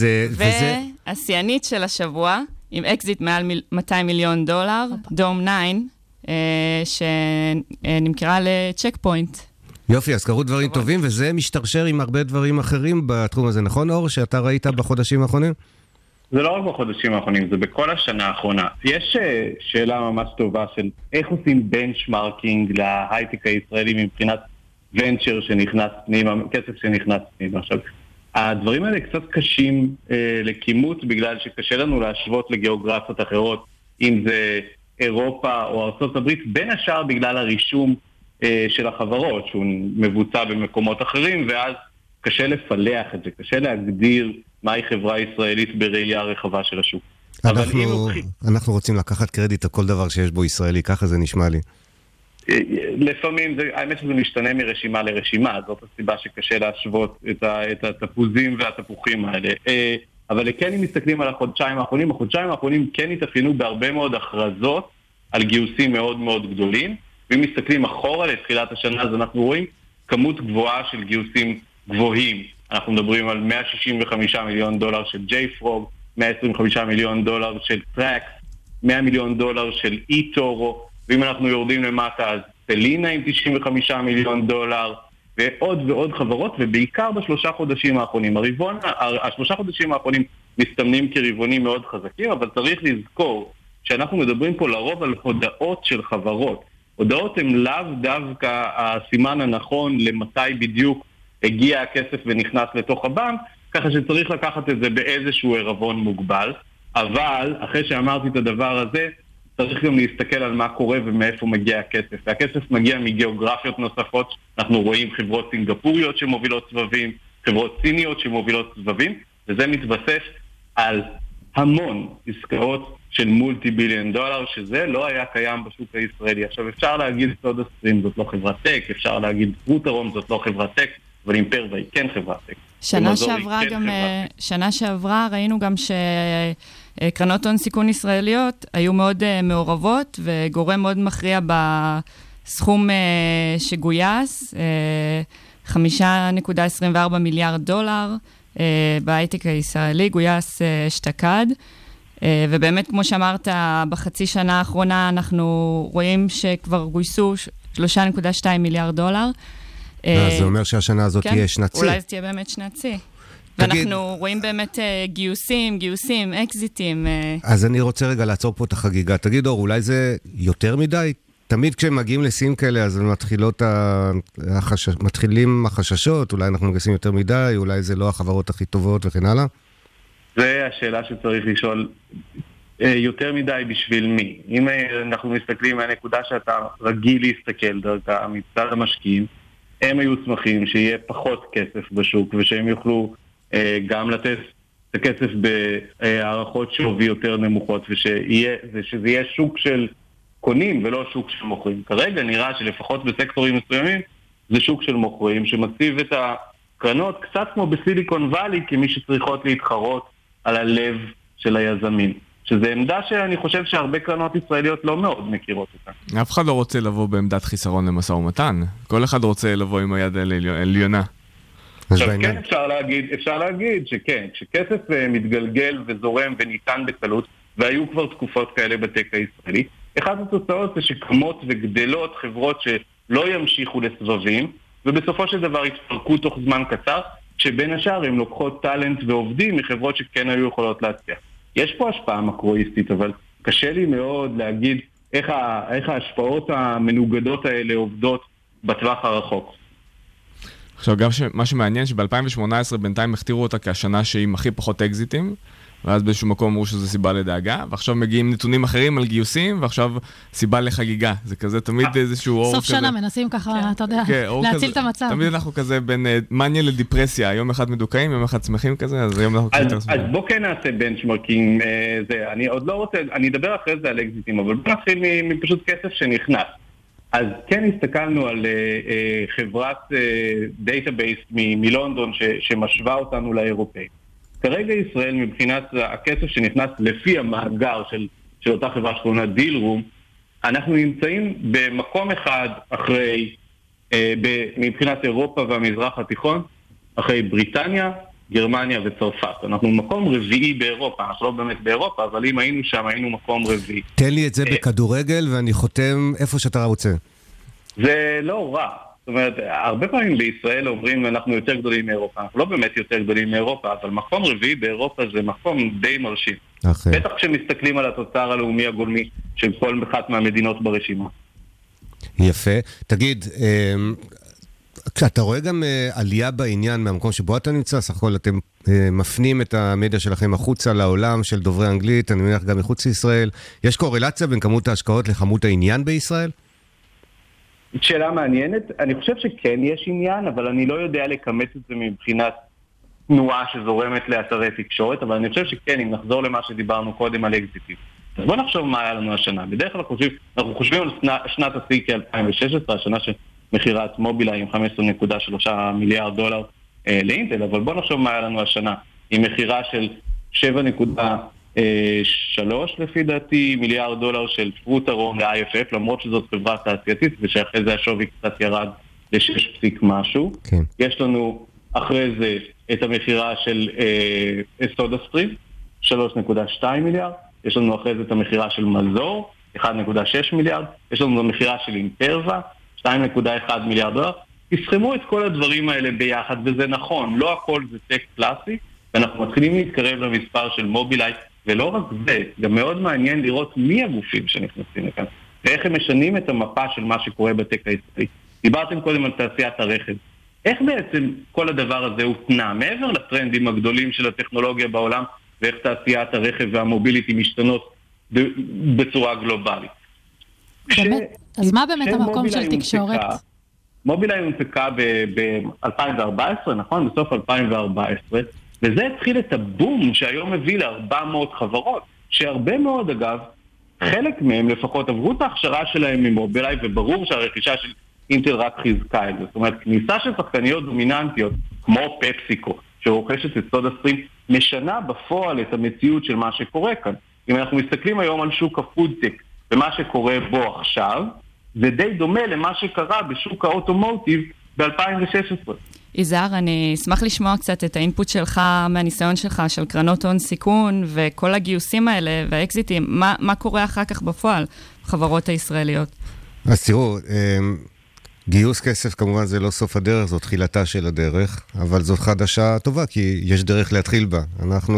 K: והשיאנית של השבוע, עם אקזיט מעל $200 מיליון, דום 9, שנמכרה לצ'ק פוינט.
D: יופי, אז קרו דברים טובים, וזה משתרשר עם הרבה דברים אחרים בתחום הזה, נכון אור, שאתה ראית בחודשים האחרונים?
L: זה לא רק בחודשים האחרונים, זה בכל השנה האחרונה. יש שאלה ממש טובה של איך עושים בנצ'מרקינג להייטק הישראלי מבחינת ונצ'ר שנכנס פנימה, כסף שנכנס פנימה. עכשיו, הדברים האלה קצת קשים לכימות, בגלל שקשה לנו להשוות לגיאוגרפיות אחרות, אם זה אירופה או ארצות הברית, בין השאר בגלל הרישום של החברות, שהוא מבוצע במקומות אחרים, ואז קשה לפלח את זה, קשה להגדיר מהי חברה ישראלית בראייה רחבה של השוק.
D: אנחנו רוצים לקחת קרדיט על כל דבר שיש בו ישראלי, ככה זה נשמע לי.
L: לפעמים, האמת שזה משתנה מרשימה לרשימה, זאת הסיבה שקשה להשוות את התפוזים והתפוחים האלה. אבל כן, אם מסתכלים על החודשיים האחרונים כן התאפיינו בהרבה מאוד הכרזות על גיוסים מאוד מאוד גדולים, ואם מסתכלים אחורה לתחילת השנה, אז אנחנו רואים כמות גבוהה של גיוסים גבוהים. אנחנו מדברים על $165 מיליון של JFrog, $125 מיליון של Trax, $100 מיליון של eToro, ואם אנחנו יורדים למטה, אז סלינה עם $95 מיליון, ועוד ועוד חברות, ובעיקר בשלושה חודשים האחרונים. השלושה חודשים האחרונים מסתמנים כרבעונים מאוד חזקים, אבל צריך לזכור שאנחנו מדברים פה לרוב על הודעות של חברות. הודעות הן לאו דווקא הסימן הנכון למתי בדיוק הגיע הכסף ונכנס לתוך הבנק, ככה שצריך לקחת את זה באיזשהו ערבון מוגבל. אבל אחרי שאמרתי את הדבר הזה, צריך גם להסתכל על מה קורה ומאיפה מגיע הכסף. והכסף מגיע מגיאוגרפיות נוספות. אנחנו רואים חברות סינגפוריות שמובילות סבבים, חברות סיניות שמובילות סבבים, וזה מתבסס על המון עסקאות של $multi-billion, שזה לא היה קיים בשוק הישראלי. עכשיו אפשר להגיד סודה סטרים זאת לא חברת טק, אפשר להגיד פרוטרום זאת לא חברת טק, אבל אימפרווה היא כן חברת טק.
K: שנה שעברה ראינו גם שקרנות הון סיכון ישראליות היו מאוד מעורבות, וגורם מאוד מכריע בסכום שגויס, $5.24 מיליארד, בהייטק הישראלי, גויס אשתקד. ובאמת, כמו שאמרת, בחצי שנה האחרונה אנחנו רואים שכבר גויסו $3.2 מיליארד.
D: זה אומר שהשנה הזאת תהיה שנצי.
K: אולי זה תהיה באמת שנצי. ואנחנו רואים באמת גיוסים, אקזיטים.
D: אז אני רוצה רגע לעצור פה את החגיגה. תגיד אור, אולי זה יותר מדי? תמיד כשהם מגיעים לסין כאלה, אז מתחילים החששות, אולי אנחנו מגייסים יותר מדי, אולי זה לא החברות הכי טובות וכן הלאה?
L: זה השאלה שצריך לשאול יותר מדי בשביל מי. אם אנחנו מסתכלים מהנקודה שאתה רגיל להסתכל דרכה מצד המשקיעים, הם היו שמחים שיהיה פחות כסף בשוק, ושהם יוכלו גם לתת את הכסף בהערכות שווי יותר נמוכות, ושזה יהיה שוק של קונים ולא שוק של מוכרים. כרגע נראה שלפחות בסקטורים מסוימים זה שוק של מוכרים שמציב את הקרנות קצת כמו בסיליקון ואלי, כמי שצריכות להתחרות על הלב של היזמים. שזו עמדה שאני חושב שהרבה קרנות ישראליות לא מאוד מכירות אותה.
E: אף אחד לא רוצה לבוא בעמדת חיסרון למשא ומתן. כל אחד רוצה לבוא עם היד העליונה.
L: עכשיו כן אפשר להגיד שכן, כשכסף מתגלגל וזורם וניתן בקלות, והיו כבר תקופות כאלה בטק הישראלי, אחת התוצאות זה שקמות וגדלות חברות שלא ימשיכו לסבבים, ובסופו של דבר יתפרקו תוך זמן קצר, שבין השאר הם לוקחות טלנט ועובדים מחברות שכן היו יכולות להצליח. יש פה השפעה מקרואיסטית, אבל קשה לי מאוד להגיד איך ההשפעות המנוגדות האלה עובדות בטווח הרחוק.
E: עכשיו גם מה שמעניין שב-2018 בינתיים הכתירו אותה כשנה שהיא עם הכי פחות אקזיטים, ואז באיזשהו מקום אמרו שזו סיבה לדאגה, ועכשיו מגיעים נתונים אחרים על גיוסים, ועכשיו סיבה לחגיגה. זה כזה תמיד איזשהו אור כזה.
G: סוף שנה מנסים ככה, אתה יודע, להציל את המצב.
E: תמיד אנחנו כזה בין מניה לדיפרסיה, יום אחד מדוכאים, יום אחד שמחים כזה, אז היום אנחנו קצת...
L: אז בוא כן נעשה בנצ'מרקינג, אני עוד לא רוצה, אני אדבר אחרי זה על אקזיטים, אבל בוא נתחיל מפשוט כסף שנכנס. אז כן הסתכלנו על חברת דאטאבייס מלונדון שמשווה אותנו לאירופאים. כרגע ישראל מבחינת הכסף שנכנס לפי המאגר של אותה חברה שקוראים לה דילרום, אנחנו נמצאים במקום אחד אחרי, מבחינת אירופה והמזרח התיכון, אחרי בריטניה, גרמניה וצרפת. אנחנו מקום רביעי באירופה, אנחנו לא באמת באירופה, אבל אם היינו שם, היינו מקום רביעי.
D: תן לי את זה בכדורגל ואני חותם איפה שאתה רוצה.
L: זה לא רע. זאת אומרת, הרבה פעמים בישראל אומרים אנחנו יותר גדולים מאירופה. אנחנו לא באמת יותר גדולים מאירופה, אבל מקום רביעי באירופה זה מקום די מרשים. בטח כשמסתכלים על התוצר הלאומי הגולמי של כל אחת מהמדינות ברשימה.
D: יפה. תגיד, כשאתה רואה גם עלייה בעניין מהמקום שבו אתה נמצא, סך הכל אתם מפנים את המדיה שלכם החוצה לעולם של דוברי אנגלית, אני מניח גם מחוץ לישראל. יש קורלציה בין כמות ההשקעות לכמות העניין בישראל?
L: שאלה מעניינת. אני חושב שכן יש עניין, אבל אני לא יודע לכמת את זה מבחינת תנועה שזורמת לאתרי תקשורת, אבל אני חושב שכן, אם נחזור למה שדיברנו קודם על אקזיטים. אז בוא נחשוב מה היה לנו השנה. בדרך כלל אנחנו חושבים על שנת השיא כ-2016, השנה שמחירת מובילאיי עם $15.3 מיליארד לאינטל, אבל בוא נחשוב מה היה לנו השנה, עם מחירה של 7.3 לפי דעתי מיליארד דולר של פרוטרום ל-IFF, למרות שזאת חברה תעשייתית ושאחרי זה השווי קצת ירד ל-6 משהו.
D: כן.
L: יש לנו אחרי זה את המחירה של סודה סטרים, 3.2 מיליארד. יש לנו אחרי זה את המחירה של מזור, 1.6 מיליארד. יש לנו את המחירה של אימפרווה, 2.1 מיליארד דולר. תסכמו את כל הדברים האלה ביחד, וזה נכון, לא הכל זה טק קלאסי, ואנחנו מתחילים להתקרב למספר של מובילאיי, ולא רק זה, גם מאוד מעניין לראות מי הגופים שנכנסים לכאן, ואיך הם משנים את המפה של מה שקורה בטק הישראלי. דיברתם קודם על תעשיית הרכב. איך בעצם כל הדבר הזה הותנה, מעבר לטרנדים הגדולים של הטכנולוגיה בעולם, ואיך תעשיית הרכב והמוביליטי משתנות בצורה גלובלית.
G: אז מה באמת המקום של תקשורת?
L: מובילאיי הונפקה ב-2014, נכון? בסוף 2014, וזה התחיל את הבום שהיום מביא ל-400 חברות, שהרבה מאוד אגב, חלק מהם לפחות עברו את ההכשרה שלהם ממובילאיי, וברור שהרכישה של אינטל רק חיזקה את זה. זאת אומרת, כניסה של שחקניות דומיננטיות, כמו פפסיקו, שרוכשת את סודה סטרים, משנה בפועל את המציאות של מה שקורה כאן. אם אנחנו מסתכלים היום על שוק הפודטק, ומה שקורה בו עכשיו, זה די דומה למה שקרה בשוק האוטומוטיב ב-2016.
K: יזהר, אני אשמח לשמוע קצת את האינפוט שלך, מהניסיון שלך, של קרנות הון סיכון, וכל הגיוסים האלה והאקזיטים, מה קורה אחר כך בפועל בחברות הישראליות?
D: אז תראו, גיוס כסף כמובן זה לא סוף הדרך, זאת תחילתה של הדרך, אבל זאת חדשה טובה, כי יש דרך להתחיל בה. אנחנו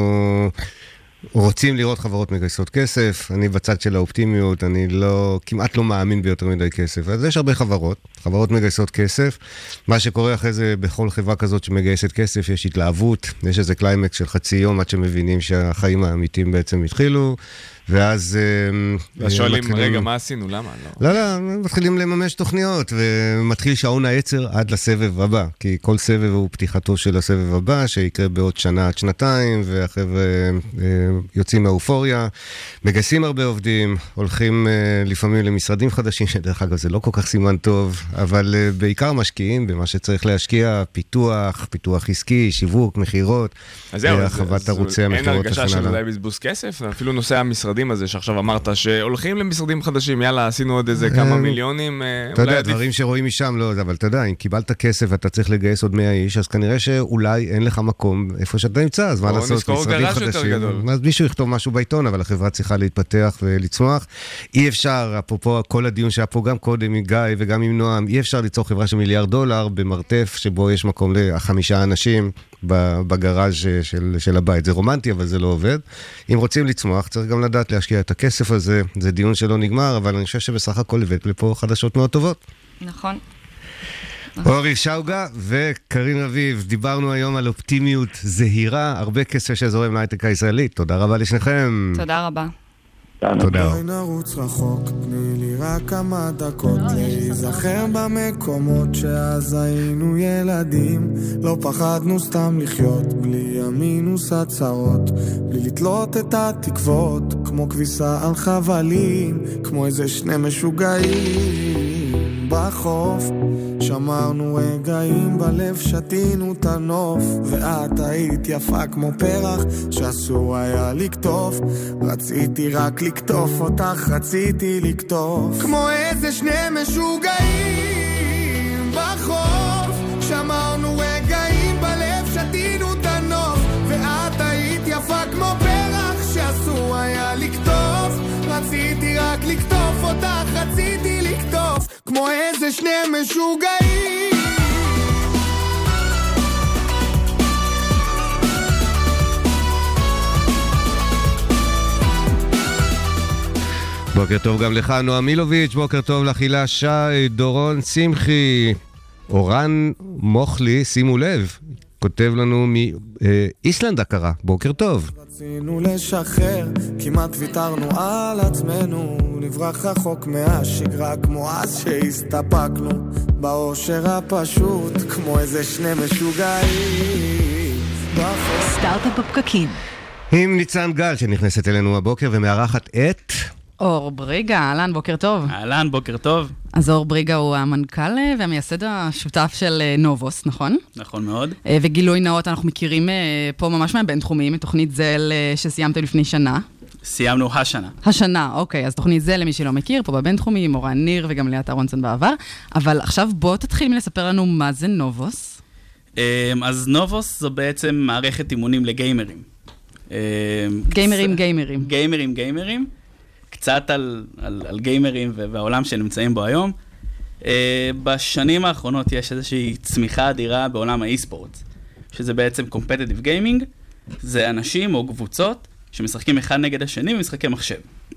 D: רוצים לראות חברות מגייסות כסף, אני בצד של האופטימיות, אני כמעט לא מאמין ביותר מדי כסף. אז יש הרבה חברות מגייסות כסף. מה שקורה אחרי זה בכל חברה כזאת שמגייסת כסף, יש התלהבות, יש איזה קליימקס של חצי יום עד שמבינים שהחיים האמיתיים בעצם התחילו, ואז...
E: שואלים, רגע, מה עשינו? למה?
D: לא, מתחילים לממש תוכניות, ומתחיל שעון העצר עד לסבב הבא, כי כל סבב הוא פתיחתו של הסבב הבא, שיקרה בעוד שנה עד שנתיים, והחבר'ה יוצאים מהאופוריה, מגייסים הרבה עובדים, הולכים לפעמים למשרדים חדשים, שדרך אגב זה לא כל כך סימן טוב, אבל בעיקר משקיעים במה שצריך להשקיע, פיתוח עסקי, שיווק, מחירות, הרחבת ערוצי המחירות.
E: אין הרגשה שזה די בזבוז כסף, אפילו נושא המשרדים הזה שעכשיו אמרת שהולכים למשרדים חדשים, יאללה, עשינו עוד איזה כמה מיליונים.
D: אתה יודע, דברים שרואים משם, לא, אבל אתה יודע, אם קיבלת כסף ואתה צריך לגייס עוד 100 איש, אז כנראה שאולי אין לך מקום איפה שאתה נמצא, אז מה לעשות, משרדים חדשים. אז מישהו יכתוב משהו בעיתון, אבל החברה צריכה להתפתח ולצמוח. אי אפשר, אפרופו כל הדיון שהיה פה גם קודם עם גיא וגם עם נועם, אי אפשר ליצור חברה של $1 מיליארד במרתף שבו יש מקום ל5 אנשים בגראז' של הבית. זה רומנטי, אבל זה לא עובד. אם רוצים לצמוח, צריך גם לדעת להשקיע את הכסף הזה. זה דיון שלא נגמר, אבל אני חושב שבסך הכל הבאת לפה חדשות מאוד טובות.
K: נכון.
D: אורי שאוגה וקרין רביב, דיברנו היום על אופטימיות זהירה, הרבה כסף שזורם להייטק הישראלי. תודה רבה לשניכם.
K: תודה רבה.
D: תודה.
H: בואי נרוץ רחוק, תני לי רק כמה דקות להיזכר במקומות שאז היינו ילדים, לא פחדנו סתם לחיות בלי המינוס הצרות, בלי לתלות את התקוות כמו כביסה על חבלים, כמו איזה שני משוגעים בחוף, שמרנו רגעים בלב, שתינו את הנוף, ואת היית יפה כמו פרח שאסור היה לקטוף, רציתי רק לקטוף אותך, רציתי לקטוף כמו איזה שני משוגעים בחוף, שמרנו רגעים בלב, שתינו את הנוף, ואת היית יפה כמו פרח שאסור היה לקטוף, רציתי רק לקטוף אותך, רציתי לקטוף כמו איזה שני משוגעים.
D: בוקר טוב גם לך, נועם מילוביץ', בוקר טוב לחילה שי, דורון שמחי, אורן מוחלי, שימו לב, כותב לנו מאיסלנד הכרה, בוקר טוב.
H: רצינו לשחרר, כמעט ויתרנו על עצמנו, נברח רחוק מהשגרה כמו אז שהסתפקנו, באושר הפשוט כמו איזה שני משוגעים.
C: סטארט-אפ בפקקים.
D: עם ניצן גל שנכנסת אלינו הבוקר ומארחת את...
M: אור בריגה, אהלן, בוקר טוב.
F: אהלן, בוקר טוב.
M: אז אור בריגה הוא המנכ"ל והמייסד השותף של נובוס, נכון?
F: נכון מאוד.
M: וגילוי נאות, אנחנו מכירים פה ממש מהבינתחומיים, תוכנית זל שסיימתם לפני שנה.
F: סיימנו השנה.
M: השנה, אוקיי, אז תוכנית זל, למי שלא מכיר, פה בבינתחומיים, אורן ניר וגם ליאת אהרונסון בעבר. אבל עכשיו בוא תתחיל מלספר לנו מה זה נובוס.
F: אז נובוס זו בעצם מערכת אימונים לגיימרים. גיימרים. קצת על גיימרים והעולם שנמצאים בו היום. בשנים האחרונות יש איזושהי צמיחה אדירה בעולם האי-ספורט, שזה בעצם competitive gaming, זה אנשים או קבוצות שמשחקים אחד נגד השני במשחקי מחשב.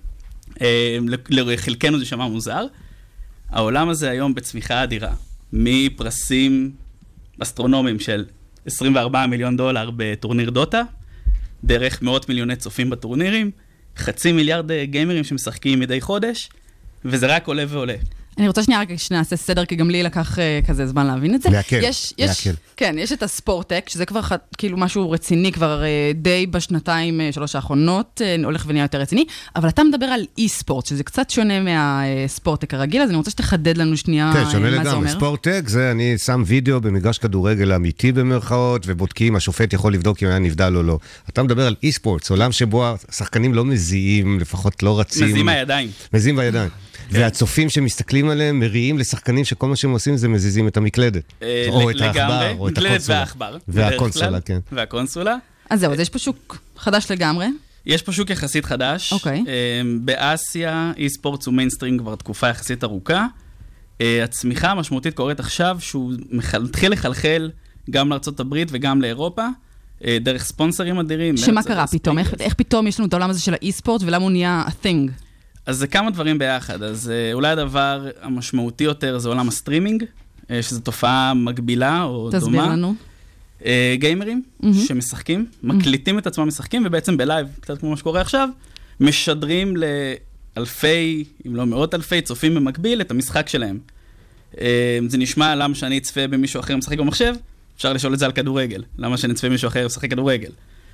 F: לחלקנו זה שמע מוזר. העולם הזה היום בצמיחה אדירה, מפרסים אסטרונומיים של $24 מיליון בטורניר דוטה, דרך מאות מיליוני צופים בטורנירים, 500 מיליארד גיימרים שמשחקים מדי חודש, וזה רק עולה ועולה.
M: אני רוצה שנייה רק שנעשה סדר, כי גם לי לקח כזה זמן להבין את זה.
D: להקל.
M: כן, יש את הספורטק, שזה כבר כאילו משהו רציני, כבר די בשנתיים, 3 האחרונות, הולך ונהיה יותר רציני, אבל אתה מדבר על אי-ספורט, שזה קצת שונה מהספורטק הרגיל, אז אני רוצה שתחדד לנו שנייה מה זה אומר.
D: כן, שונה לגמרי. ספורטק זה אני שם וידאו במגרש כדורגל אמיתי במרכאות, ובודקים, השופט יכול לבדוק אם היה נבדל או לא. אתה מדבר על אי-ספורט, עולם שבו השחקנים לא מזיעים, לפחות לא רצים. מזיעים בידיים. והצופים שמסתכלים עליהם מריעים לשחקנים שכל מה שהם עושים זה מזיזים את המקלדת. או את האחבר, או את הקונסולה. והקונסולה, כן.
F: והקונסולה.
M: אז זהו, אז יש פה שוק חדש לגמרי.
F: יש פה שוק יחסית חדש.
M: אוקיי.
F: באסיה, אי-ספורטס הוא מיינסטרים כבר תקופה יחסית ארוכה. הצמיחה המשמעותית קורית עכשיו, שהוא מתחיל לחלחל גם לארצות הברית וגם לאירופה, דרך ספונסרים אדירים.
M: שמה קרה פתאום? איך פתאום יש לנו את העולם הזה של האי-ספורט, ולמה הוא נהיה a thing?
F: אז זה כמה דברים ביחד. אז אולי הדבר המשמעותי יותר זה עולם הסטרימינג, שזו תופעה מקבילה או דומה.
M: תסביר לנו.
F: גיימרים שמשחקים, מקליטים את עצמם משחקים, ובעצם בלייב, קצת כמו מה שקורה עכשיו,
N: משדרים לאלפי, אם לא מאות אלפי, צופים במקביל את המשחק שלהם. זה נשמע למה שאני אצפה במישהו אחר משחק במחשב, אפשר לשאול את זה על כדורגל. למה שאני אצפה במישהו אחר משחק כדורגל?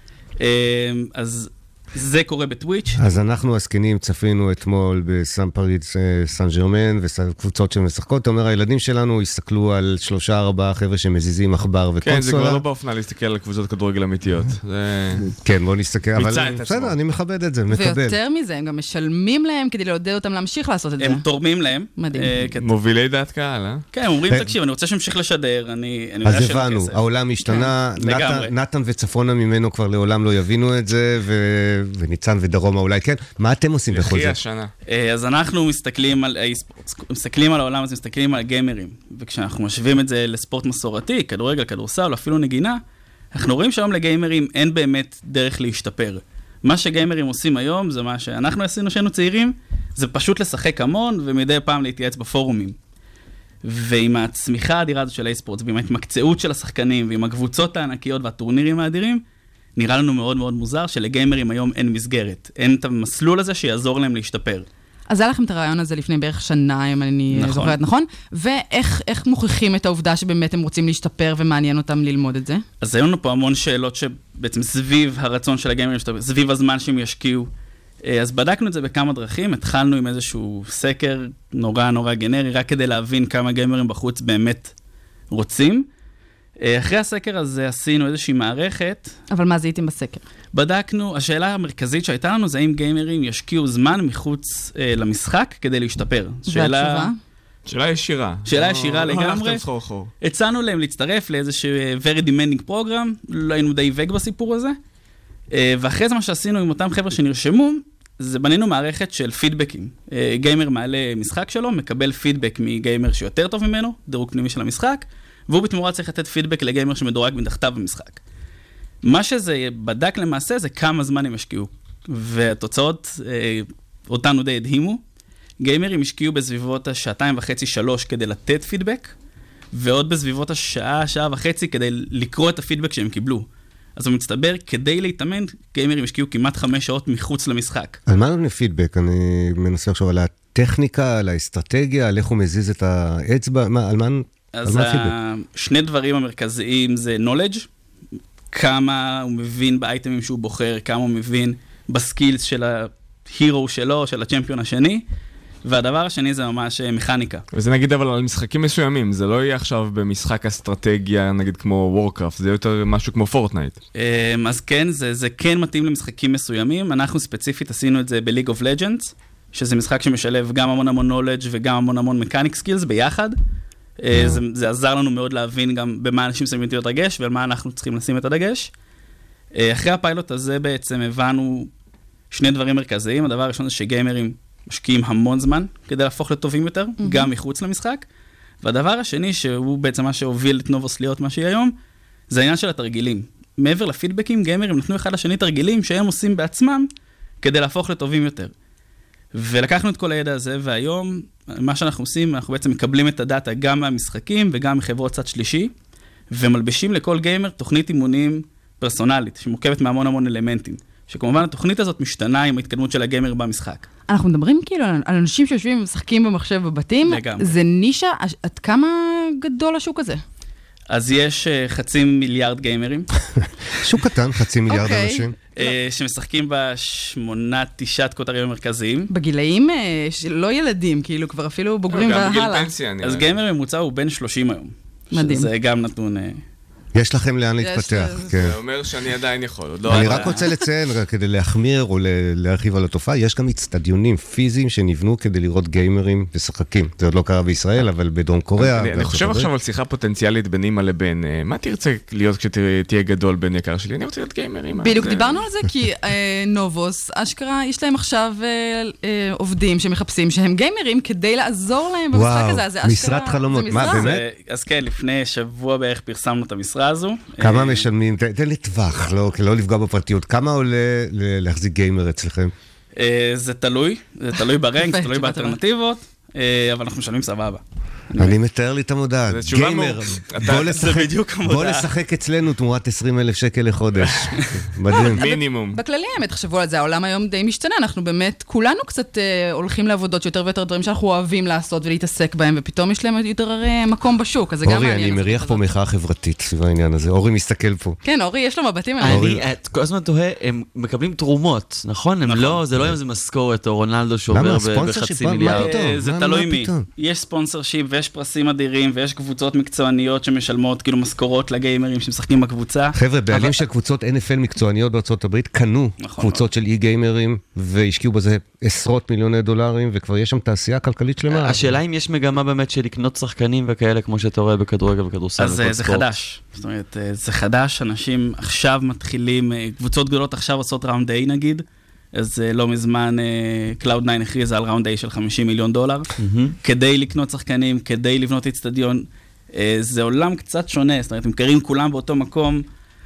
N: אז זה קורה בטוויץ'.
D: אז אנחנו הסקנים צפינו אתמול בסן פריז סן ג'רמן וקבוצות שמשחקות. אתה אומר, הילדים שלנו הסתכלו על 3-4 חבר'ה שמזיזים עכבר וקונסולה.
E: כן, זה כבר לא באופנה להסתכל על קבוצות כדורגל אמיתיות.
D: כן, בוא נסתכל, אבל בסדר, אני מכבד את זה, מקבל.
M: ויותר מזה, הם גם משלמים להם כדי לעודד אותם להמשיך לעשות את זה.
N: הם תורמים להם.
M: מדהים.
E: מובילי דעת קהל, אה?
N: כן, הם אומרים, תקשיב, אני רוצה שימשיך לשדר,
D: אז הבנו, העולם השתנה, נתן וצפונה ממנו כבר לעולם לא יבינו את זה, וניצן ודרומה אולי כן. מה אתם עושים בכל זה?
N: אז אנחנו מסתכלים על העולם, אז מסתכלים על גיימרים. וכשאנחנו משווים את זה לספורט מסורתי, כדורגל, כדורסל, או אפילו נגינה, אנחנו רואים שהיום לגיימרים אין באמת דרך להשתפר. מה שגיימרים עושים היום, זה מה שאנחנו עשינו שהיינו צעירים, זה פשוט לשחק המון, ומדי פעם להתייעץ בפורומים. ועם הצמיחה האדירה הזו של האי-ספורט, ועם ההתמקצעות של השחקנים, ועם הקבוצות הענקיות והטורנירים האדירים, נראה לנו מאוד מאוד מוזר שלגיימרים היום אין מסגרת. אין את המסלול הזה שיעזור להם להשתפר.
M: אז היה לכם את הרעיון הזה לפני בערך שנה, אם אני זוכרת נכון? ואיך מוכיחים את העובדה שבאמת הם רוצים להשתפר ומעניין אותם ללמוד את זה?
N: אז היו לנו פה המון שאלות שבעצם סביב הרצון של הגיימרים, סביב הזמן שהם ישקיעו. אז בדקנו את זה בכמה דרכים, התחלנו עם איזשהו סקר נורא גנרי, רק כדי להבין כמה גיימרים בחוץ באמת רוצים. אחרי הסקר הזה עשינו איזושהי מערכת.
M: אבל מה זיהיתם בסקר?
N: בדקנו, השאלה המרכזית שהייתה לנו זה האם גיימרים ישקיעו זמן מחוץ למשחק כדי להשתפר.
M: והתשובה?
E: שאלה ישירה.
N: שאלה ישירה לגמרי. הצענו להם להצטרף לאיזשהו very demanding program, לא היינו די וג בסיפור הזה. ואחרי זה מה שעשינו עם אותם חבר'ה שנרשמו, זה בנינו מערכת של פידבקים. גיימר מעלה משחק שלו, מקבל פידבק מגיימר שיותר טוב ממנו, דירוג פנימי של המשחק, והוא בתמורה צריך לתת פידבק לגיימר שמדורג מתחתיו במשחק. מה שזה בדק למעשה זה כמה זמן הם השקיעו. והתוצאות אותנו די הדהימו. גיימרים השקיעו בסביבות השעתיים וחצי, 3 כדי לתת פידבק, ועוד בסביבות השעה וחצי כדי לקרוא את הפידבק שהם קיבלו. אז הוא מצטבר, כדי להתאמן, גיימרים השקיעו כמעט 5 שעות מחוץ למשחק.
D: על מה נותנים פידבק? אני מנסה לחשוב על הטכניקה, על האסטרטגיה, על איך הוא מזיז את האצבע, על מה הפידבק?
N: שני דברים המרכזיים זה knowledge, כמה הוא מבין באייטמים שהוא בוחר, כמה הוא מבין בסקילס של ההירו שלו, של הצ'מפיון השני, והדבר השני זה ממש מכניקה.
E: וזה נגיד אבל על משחקים מסוימים, זה לא יהיה עכשיו במשחק אסטרטגיה, נגיד כמו וורקראפט, זה יותר משהו כמו פורטנייט.
N: אז כן, זה כן מתאים למשחקים מסוימים, אנחנו ספציפית עשינו את זה ב-League of Legends, שזה משחק שמשלב גם המון knowledge וגם המון mechanic skills ביחד. זה עזר לנו מאוד להבין גם במה אנשים שמים את הדגש ועל מה אנחנו צריכים לשים את הדגש. אחרי הפיילוט הזה בעצם הבנו שני דברים מרכזיים. הדבר הראשון זה שגיימרים משקיעים המון זמן כדי להפוך לטובים יותר, גם מחוץ למשחק. והדבר השני, שהוא בעצם מה שהוביל את נובוס להיות מה שהיא היום, זה העניין של התרגילים. מעבר לפידבקים, גיימרים נתנו אחד לשני תרגילים שהם עושים בעצמם כדי להפוך לטובים יותר. ולקחנו את כל הידע הזה, והיום מה שאנחנו עושים, אנחנו בעצם מקבלים את הדאטה גם מהמשחקים וגם מחברות צד שלישי, ומלבשים לכל גיימר תוכנית אימונים פרסונלית, שמורכבת מהמון אלמנטים. שכמובן התוכנית הזאת משתנה עם ההתקדמות של הגיימר במשחק.
M: אנחנו מדברים כאילו על אנשים שיושבים ומשחקים במחשב בבתים.
N: לגמרי.
M: זה נישה, עד כמה גדול השוק הזה?
N: אז יש 500 מיליארד גיימרים.
D: שוק קטן, 500 מיליארד אנשים.
N: שמשחקים ב8-9 כותרים המרכזיים.
M: בגילאים לא ילדים, כאילו כבר אפילו בוגרים והלאה.
N: אז גיימר ממוצע הוא בין 30 היום.
M: מדהים.
N: שזה גם נתון...
D: יש לכם לאן להתפתח.
E: זה אומר שאני עדיין יכול.
D: אני רק רוצה לציין, כדי להחמיר או להרחיב על התופעה, יש גם אצטדיונים פיזיים שנבנו כדי לראות גיימרים ושחקים. זה עוד לא קרה בישראל, אבל בדרום קוריאה.
E: אני חושב עכשיו על שיחה פוטנציאלית בין אמא לבין, מה תרצה להיות כשתהיה גדול בין יקר שלי? אני רוצה להיות גיימר, אמא.
M: בדיוק דיברנו על זה, כי נובוס, אשכרה, יש להם עכשיו עובדים שמחפשים שהם גיימרים כדי לעזור להם במשחק הזה.
D: וואו, משרת חלומות. מה, באמת?
N: אז כן, לפני שבוע בערך פרסמנו את המשרה הזו.
D: כמה משלמים? תן לי טווח, לא לפגוע בפרטיות. כמה עולה להחזיק גיימר אצלכם?
N: זה תלוי ברנק, זה תלוי באלטרנטיבות, אבל אנחנו משלמים סבבה.
D: אני מתאר לי את המודעה. גיימר, בוא לשחק אצלנו תמורת 20,000 שקל לחודש. מדהים.
E: מינימום.
M: בכללי האמת, תחשבו על זה, העולם היום די משתנה, אנחנו באמת, כולנו קצת הולכים לעבודות שיותר ויותר דברים שאנחנו אוהבים לעשות ולהתעסק בהם, ופתאום יש להם יותר מקום בשוק, אז זה גם מעניין.
D: אורי, אני מריח פה מחאה חברתית סביב העניין הזה. אורי מסתכל פה.
M: כן, אורי, יש לו מבטים
O: אני כל הזמן תוהה, הם מקבלים תרומות, נכון? זה לא איזה משכורת או רונלדו שעובר בחצי מיליארד.
N: זה תלוי מי. יש ספונסרשיפ ויש פרסים אדירים ויש קבוצות מקצועניות שמשלמות כאילו משכורות לגיימרים שמשחקים בקבוצה.
D: חבר'ה, בעלים של קבוצות NFL מקצועניות בארצות הברית קנו קבוצות של אי-גיימרים והשקיעו בזה עשרות מיליוני דולרים וכבר יש שם תעשייה כלכלית שלמה.
O: השאלה אם יש מגמה באמת של לקנות שחקנים וכאלה כמו שאתה רואה בכדורגל וכדורסל.
N: אז זה חדש. זאת אומרת, זה חדש, אנשים עכשיו מתחילים, קבוצות גדולות עכשיו עושות ראונד A נגיד, אז לא מזמן Cloud9 הכריז על ראונד A של $50 מיליון, כדי לקנות שחקנים, כדי לבנות אצטדיון. זה עולם קצת שונה, זאת אומרת, הם קרים כולם באותו מקום,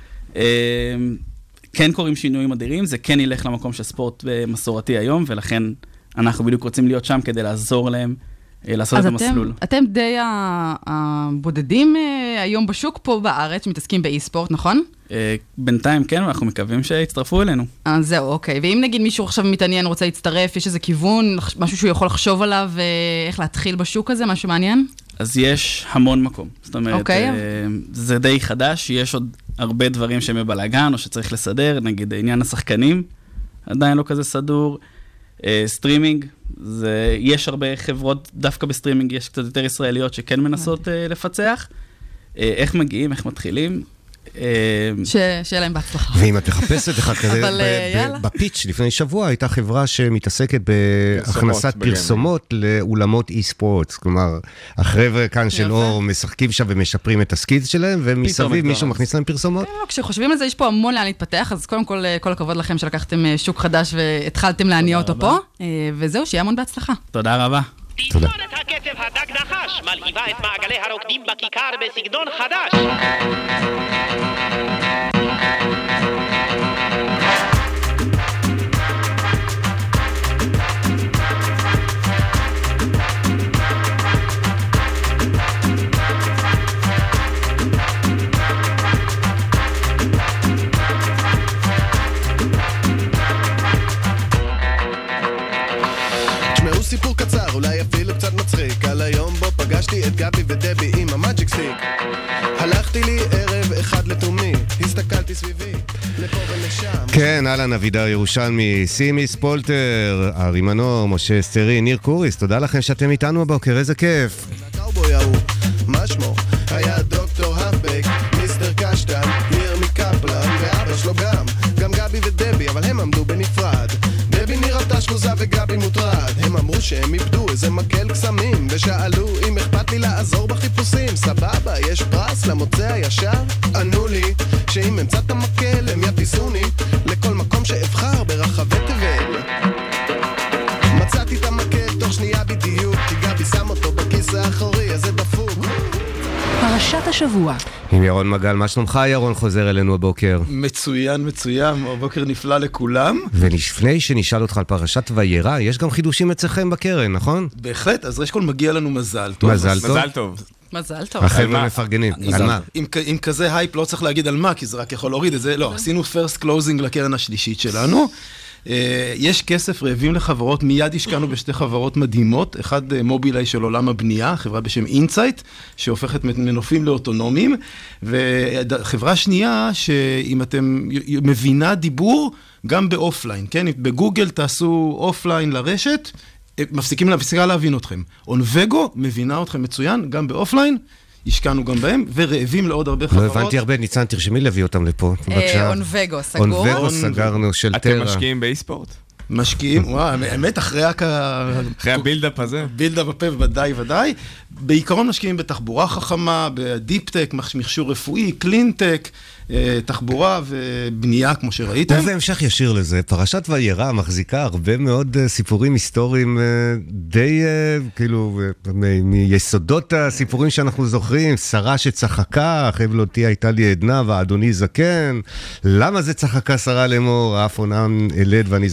N: כן קוראים שינויים אדירים, זה כן ילך למקום של ספורט מסורתי היום, ולכן אנחנו בדיוק רוצים להיות שם כדי לעזור להם לעשות את המסלול.
M: אז אתם די הבודדים היום בשוק פה בארץ, שמתעסקים באי-ספורט, נכון?
N: בינתיים כן, אנחנו מקווים שיצטרפו אלינו.
M: זהו, אוקיי. ואם נגיד מישהו עכשיו מתעניין, רוצה להצטרף, יש איזה כיוון, משהו שהוא יכול לחשוב עליו, איך להתחיל בשוק הזה, משהו מעניין?
N: אז יש המון מקום. זאת אומרת, זה די חדש, יש עוד הרבה דברים שהם בבלגן, או שצריך לסדר, נגיד עניין השחקנים, עדיין לא כזה סדור. סטרימינג, יש הרבה חברות, דווקא בסטרימינג יש קצת יותר ישראליות שכן מנסות לפצח. איך מגיעים, איך מתחילים.
M: שיהיה להם בהצלחה.
D: ואם את מחפשת אחד כזה, בפיץ' לפני שבוע הייתה חברה שמתעסקת בהכנסת פרסומות לאולמות אי-ספורט. כלומר, החבר'ה כאן של אור משחקים שם ומשפרים את הסקיז שלהם, ומסביב מישהו מכניס להם פרסומות.
M: כשחושבים על זה, יש פה המון לאן להתפתח, אז קודם כל, כל הכבוד לכם שלקחתם שוק חדש והתחלתם להניע אותו פה, וזהו, שיהיה המון בהצלחה.
N: תודה רבה.
D: תודה.
P: תספורת הקצב הדג נחש מלהיבה את מעגלי הרוקדים בכיכר בסגנון חדש.
Q: סיפור קצר, אולי אפילו קצת מצחיק על היום בו פגשתי את גבי ודבי עם המאג'יק סטיק. הלכתי לי ערב אחד לתומי, הסתכלתי סביבי לפה ולשם.
D: כן, אהלן, אבידר ירושלמי, סימי ספולטר, ארי מנור, משה אסתרי, ניר קוריס, תודה לכם שאתם איתנו הבוקר, איזה כיף.
Q: הקאובוי ההוא, מה שמו? היה דוקטור האפבק, מיסטר קשטן, ניר מקפלן ואבא שלו גם גבי ודבי, אבל הם עמדו בנפרד. דבי נראתה שקוזה וגבי מוטרד. הם אמרו שהם איבדו איזה מקל קסמים ושאלו אם אכפת לי לעזור בחיפושים. סבבה, יש פרס למוצא הישר? ענו לי שאם אמצא את המקל הם יטיסוני לכל מקום שאבחר ברחבי תבל. מצאתי את המקל תוך שנייה בדיוק, כי גבי שם אותו בכיס האחורי, אז זה דפוק.
C: פרשת השבוע.
D: עם ירון מגל, מה שלומך ירון חוזר אלינו הבוקר?
R: מצוין, הבוקר נפלא לכולם.
D: ולפני שנשאל אותך על פרשת וירא, יש גם חידושים אצלכם בקרן, נכון?
R: בהחלט, אז ראש כל מגיע לנו מזל טוב.
D: מזל טוב.
E: מזל טוב.
M: מזל טוב.
D: החבר'ה מפרגנים. על מה?
R: עם כזה הייפ לא צריך להגיד על מה, כי זה רק יכול להוריד את זה. לא, עשינו first closing לקרן השלישית שלנו. יש כסף רעבים לחברות, מיד השקענו בשתי חברות מדהימות, אחד מובילאיי של עולם הבנייה, חברה בשם אינסייט, שהופכת מנופים לאוטונומיים, וחברה שנייה, שאם אתם מבינה דיבור, גם באופליין, כן? בגוגל תעשו אופליין לרשת, מפסיקה להבין אתכם. אונבגו מבינה אתכם מצוין, גם באופליין, השקענו גם בהם, ורעבים לעוד הרבה חברות.
D: לא הבנתי הרבה, ניצן, תרשמי להביא אותם לפה.
M: אונבגו, סגור.
D: אונבגו סגרנו של טרה.
E: אתם משקיעים באי-ספורט?
R: משקיעים, האמת, אחרי
E: הבילדאפ הזה.
R: בילדאפ הפה, ודאי. בעיקרון משקיעים בתחבורה חכמה, בדיפ-טק, מכשור רפואי, קלינטק, תחבורה ובנייה, כמו שראיתם.
D: ובהמשך ישיר לזה, פרשת וירא מחזיקה הרבה מאוד סיפורים היסטוריים די, כאילו, מיסודות הסיפורים שאנחנו זוכרים, שרה שצחקה, חבלותי הייתה לי עדנה ואדוני זקן. למה זה צחקה שרה לאמור? אף עונן אלד ואני זקנתי.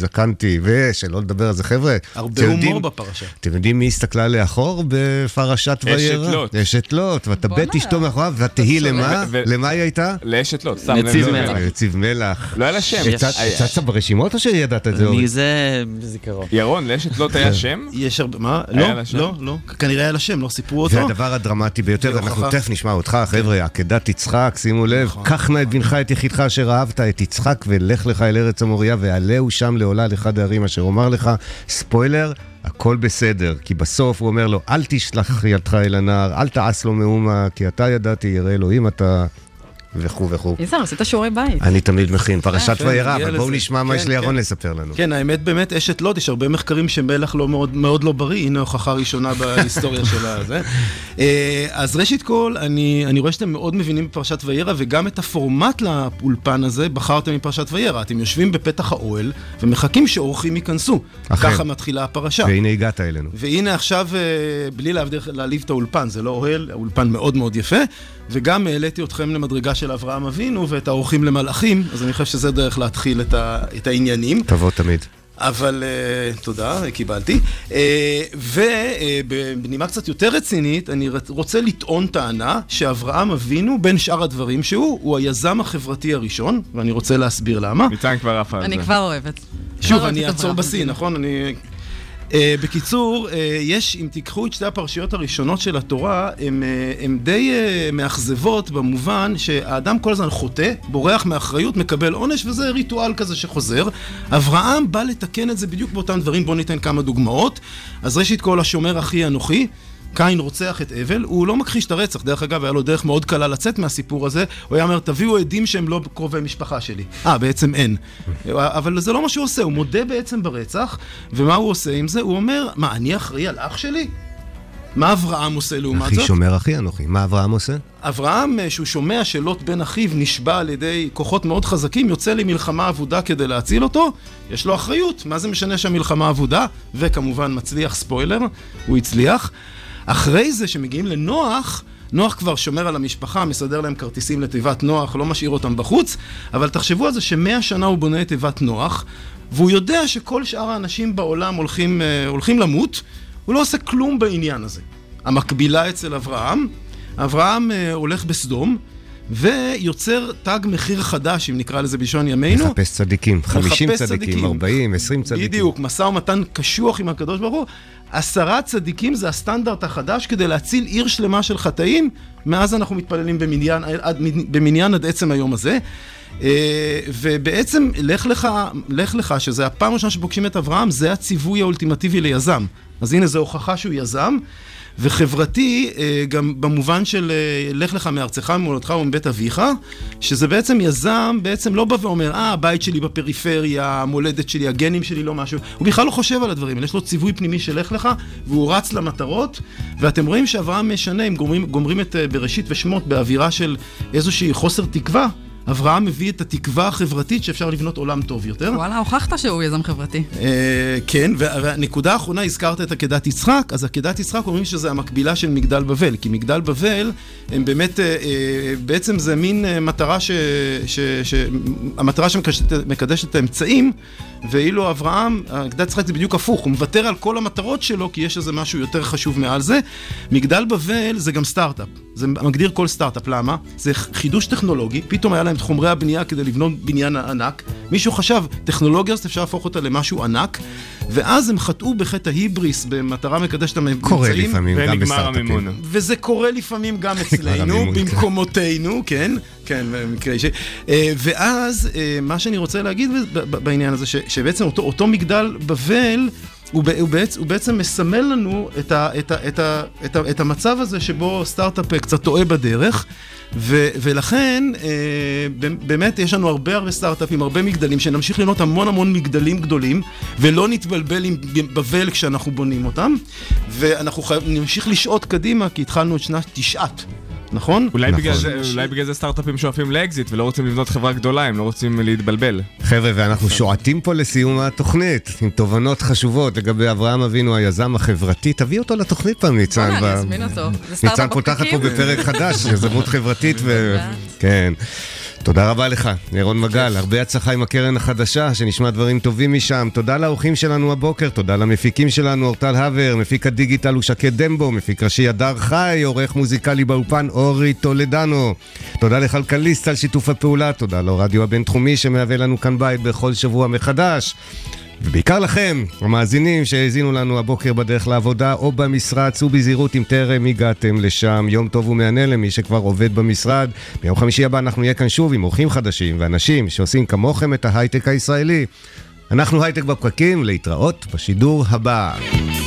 D: דרמטי, ושלא לדבר על זה, חבר'ה.
R: הרבה הומור בפרשה.
D: אתם יודעים מי הסתכלה לאחור בפרשת וירא?
E: אשת לוט.
D: אשת לוט, ותבט אשתו מאחוריו, ותהי למה? למה היא הייתה?
E: לאשת לוט.
D: נציב מלח.
E: לא היה לה שם.
D: יצאת ברשימות או שידעת את זה?
O: אני זה זיכרון.
E: ירון, לאשת לוט היה שם?
R: יש הרבה, מה? לא. כנראה היה לה שם, לא סיפרו אותו.
D: זה הדבר הדרמטי ביותר, אנחנו תכף נשמע אותך, חבר'ה, עקדת יצחק, שימו לב, קח נא את בנך את יחידך אשר אהבת את יצחק ולך לך אל ארץ המוריה ועלהו שם לעולה לאחד הערים אשר אומר לך, ספוילר, הכל בסדר, כי בסוף הוא אומר לו, אל תשלח ידך אל הנער, אל תעש לו מאומה, כי אתה ידעתי, ירא אלוהים אתה... וכו' וכו'.
M: יזהר, עשית שיעורי בית.
D: אני תמיד מכין, פרשת וירא, אבל בואו נשמע מה יש לירון לספר לנו.
R: כן, האמת באמת, אשת לוט, יש הרבה מחקרים שמלח מאוד לא בריא, הנה הוכחה ראשונה בהיסטוריה של זה. אז ראשית כל, אני רואה שאתם מאוד מבינים בפרשת וירא, וגם את הפורמט לאולפן הזה בחרתם מפרשת וירא. אתם יושבים בפתח האוהל, ומחכים שאורחים ייכנסו. ככה מתחילה הפרשה.
D: והנה הגעת אלינו.
R: והנה עכשיו, בלי להעליב את האולפן, זה לא אוהל, האולפן מאוד מאוד יפה, וגם העליתי אתכם למדרגה של אברהם אבינו ואת האורחים למלאכים, אז אני חושב שזה דרך להתחיל את העניינים.
D: תבוא תמיד.
R: אבל תודה, קיבלתי. ובנימה קצת יותר רצינית, אני רוצה לטעון טענה שאברהם אבינו, בין שאר הדברים הוא היזם החברתי הראשון, ואני רוצה להסביר למה.
E: ניתן כבר אף על זה.
M: אני כבר אוהבת.
R: שוב, אני אעצור בסין, נכון? בקיצור, אם תיקחו את שתי הפרשיות הראשונות של התורה, הן די מאכזבות במובן שהאדם כל הזמן חוטא, בורח מאחריות, מקבל עונש, וזה ריטואל כזה שחוזר. אברהם בא לתקן את זה בדיוק באותם דברים, בואו ניתן כמה דוגמאות. אז ראשית כל, השומר אחי אנוכי, קין רוצח את אבל, הוא לא מכחיש את הרצח, דרך אגב, היה לו דרך מאוד קלה לצאת מהסיפור הזה, הוא היה אומר, תביאו עדים שהם לא קרובי משפחה שלי. בעצם אין. אבל זה לא מה שהוא עושה, הוא מודה בעצם ברצח, ומה הוא עושה עם זה? הוא אומר, מה, אני אחראי על אח שלי? מה אברהם עושה לעומת זאת?
D: אחי שומר אחי אנוכי, מה אברהם עושה?
R: אברהם, שהוא שומע שלוט בן אחיו נשבע על ידי כוחות מאוד חזקים, יוצא למלחמה עבודה כדי להציל אותו, יש לו אחריות. מה זה משנה שהמלחמה עבודה? וכמובן מצליח, ספוילר, הוא הצליח. אחרי זה שמגיעים לנוח, נוח כבר שומר על המשפחה, מסדר להם כרטיסים לתיבת נוח, לא משאיר אותם בחוץ, אבל תחשבו על זה ש100 שנה הוא בונה את תיבת נוח, והוא יודע שכל שאר האנשים בעולם הולכים למות, הוא לא עושה כלום בעניין הזה. המקבילה אצל אברהם הולך בסדום, ויוצר תג מחיר חדש, אם נקרא לזה בלשון ימינו.
D: מחפש צדיקים, 50 צדיקים, 40, 20 צדיקים.
R: בדיוק, משא ומתן קשוח עם הקדוש ברוך הוא. 10 צדיקים זה הסטנדרט החדש כדי להציל עיר שלמה של חטאים, מאז אנחנו מתפללים במניין עד עצם היום הזה. ובעצם לך לך, שזה הפעם ראשונה שפוגשים את אברהם, זה הציווי האולטימטיבי ליזם. אז הנה, זו הוכחה שהוא יזם. וחברתי, גם במובן של לך לך מארצך, ממולדתך ומבית אביך, שזה בעצם יזם, בעצם לא בא ואומר, הבית שלי בפריפריה, המולדת שלי, הגנים שלי, לא משהו. הוא בכלל לא חושב על הדברים, יש לו ציווי פנימי של לך לך, והוא רץ למטרות, ואתם רואים שאברהם משנה, אם גומרים את בראשית ושמות באווירה של איזושהי חוסר תקווה, אברהם מביא את התקווה החברתית שאפשר לבנות עולם טוב יותר.
M: וואלה, הוכחת שהוא יזם חברתי.
R: כן, והנקודה האחרונה, הזכרת את עקדת יצחק, אז עקדת יצחק אומרים שזה המקבילה של מגדל בבל, כי מגדל בבל, הם באמת, בעצם זה מין מטרה המטרה שמקדשת את האמצעים, ואילו אברהם, עקדת יצחק זה בדיוק הפוך, הוא מוותר על כל המטרות שלו, כי יש איזה משהו יותר חשוב מעל זה. מגדל בבל זה גם סטארט-אפ, זה מגדיר כל סטארט-אפ, למה? זה חידוש טכנולוגי, פתאום היה להם את חומרי הבנייה כדי לבנות בניין ענק, מישהו חשב, טכנולוגיה אז אפשר להפוך אותה למשהו ענק, ואז הם חטאו בחטא ההיבריס במטרה מקדשת הממצאים.
D: קורה לפעמים גם בסטארט-אפים.
R: וזה קורה לפעמים גם אצלנו, במקומותינו, כן, במקרה ש... ואז מה שאני רוצה להגיד בעניין הזה, שבעצם אותו מגדל בבל, הוא בעצם מסמל לנו את המצב הזה שבו סטארט-אפ קצת טועה בדרך, ולכן באמת יש לנו הרבה סטארט-אפים, הרבה מגדלים, שנמשיך לבנות המון מגדלים גדולים, ולא נתבלבל עם בבל כשאנחנו בונים אותם, ואנחנו נמשיך לשעות קדימה, כי התחלנו את שנת תשעת. נכון?
E: אולי בגלל זה סטארט-אפים שואפים לאקזיט ולא רוצים לבנות חברה גדולה, הם לא רוצים להתבלבל.
D: חבר'ה, ואנחנו שועטים פה לסיום התוכנית, עם תובנות חשובות לגבי אברהם אבינו, היזם החברתי. תביא אותו לתוכנית פעם, ניצן.
M: אני אזמין אותו.
D: ניצן פותחת פה בפרק חדש, יזמות חברתית כן. תודה רבה לך, ירון מגל. הרבה הצלחה עם הקרן החדשה, שנשמע דברים טובים משם. תודה לאורחים שלנו הבוקר, תודה למפיקים שלנו, אורטל הבר, מפיק הדיגיטל הוא שקד דמבו, מפיק ראשי הדר חי, עורך מוזיקלי באופן אורי טולדנו. תודה לכלכליסט על שיתוף הפעולה, תודה לרדיו הבינתחומי שמהווה לנו כאן בית בכל שבוע מחדש. ובעיקר לכם, המאזינים שהזינו לנו הבוקר בדרך לעבודה או במשרד, צאו בזהירות אם טרם הגעתם לשם. יום טוב ומענה למי שכבר עובד במשרד. ביום חמישי הבא אנחנו נהיה כאן שוב עם אורחים חדשים ואנשים שעושים כמוכם את ההייטק הישראלי. אנחנו הייטק בפקקים, להתראות בשידור הבא.